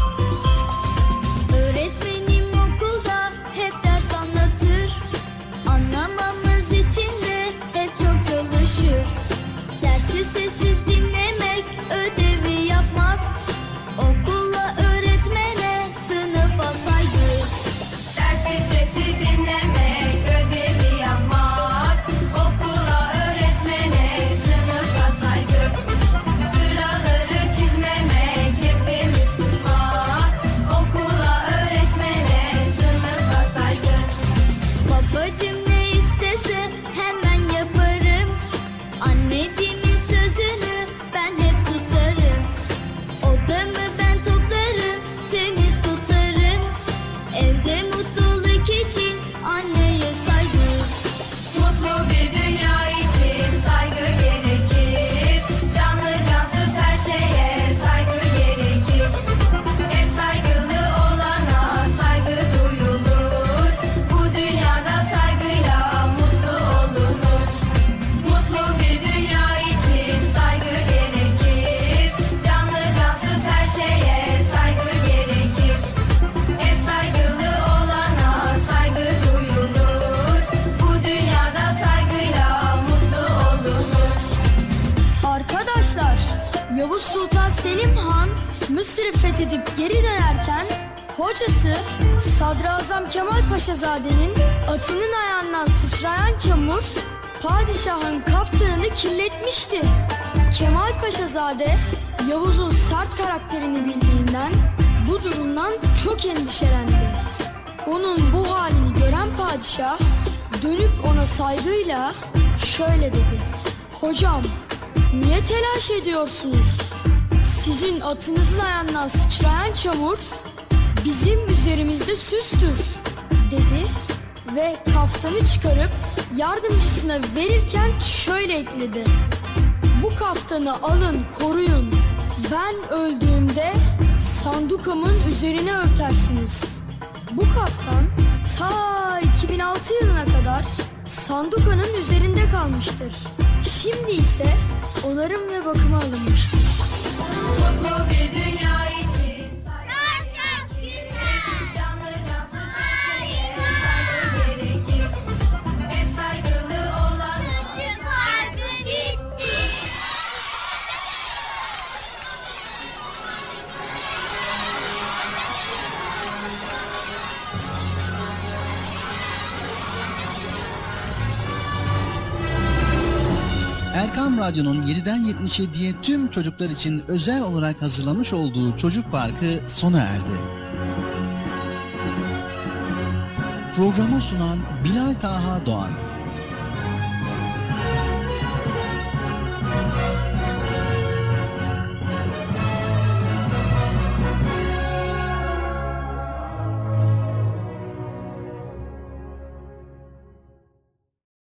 Öğretmenim okulda hep ders anlatır. Anlamamız için de hep çok çalışır. Dersi sessiz dinlemek, ödevi yapmak. Okula öğretmene, sınıfa saygı. Dersi sessiz dinlemek, ödevi yapmak. Okula öğretmene, sınıfa saygı. Sıraları çizmemek, hep temiz tutmak. Yavuz Sultan Selim Han Mısır'ı fethedip geri dönerken hocası Sadrazam Kemal Paşazade'nin atının ayağından sıçrayan çamur padişahın kaftanını kirletmişti. Kemal Paşazade Yavuz'un sert karakterini bildiğinden bu durumdan çok endişelendi. Onun bu halini gören padişah dönüp ona saygıyla şöyle dedi: "Hocam, niye telaş ediyorsunuz? Sizin atınızın ayağından sıçrayan çamur bizim üzerimizde süstür," dedi ve kaftanı çıkarıp yardımcısına verirken şöyle ekledi: "Bu kaftanı alın, koruyun. Ben öldüğümde sandukamın üzerine örtersiniz." Bu kaftan ta 2006 yılına kadar sandukanın üzerinde kalmıştır. Şimdi ise onarım ve bakıma alınmıştır. Mutlu bir dünya için canlı cansız her şeye saygı gerekir. Hep saygılı olan bütün farkı bitti. Erkam Radyo'nun 7'den 77'ye tüm çocuklar için özel olarak hazırlamış olduğu Çocuk Parkı sona erdi. Programı sunan Bilal Taha Doğan.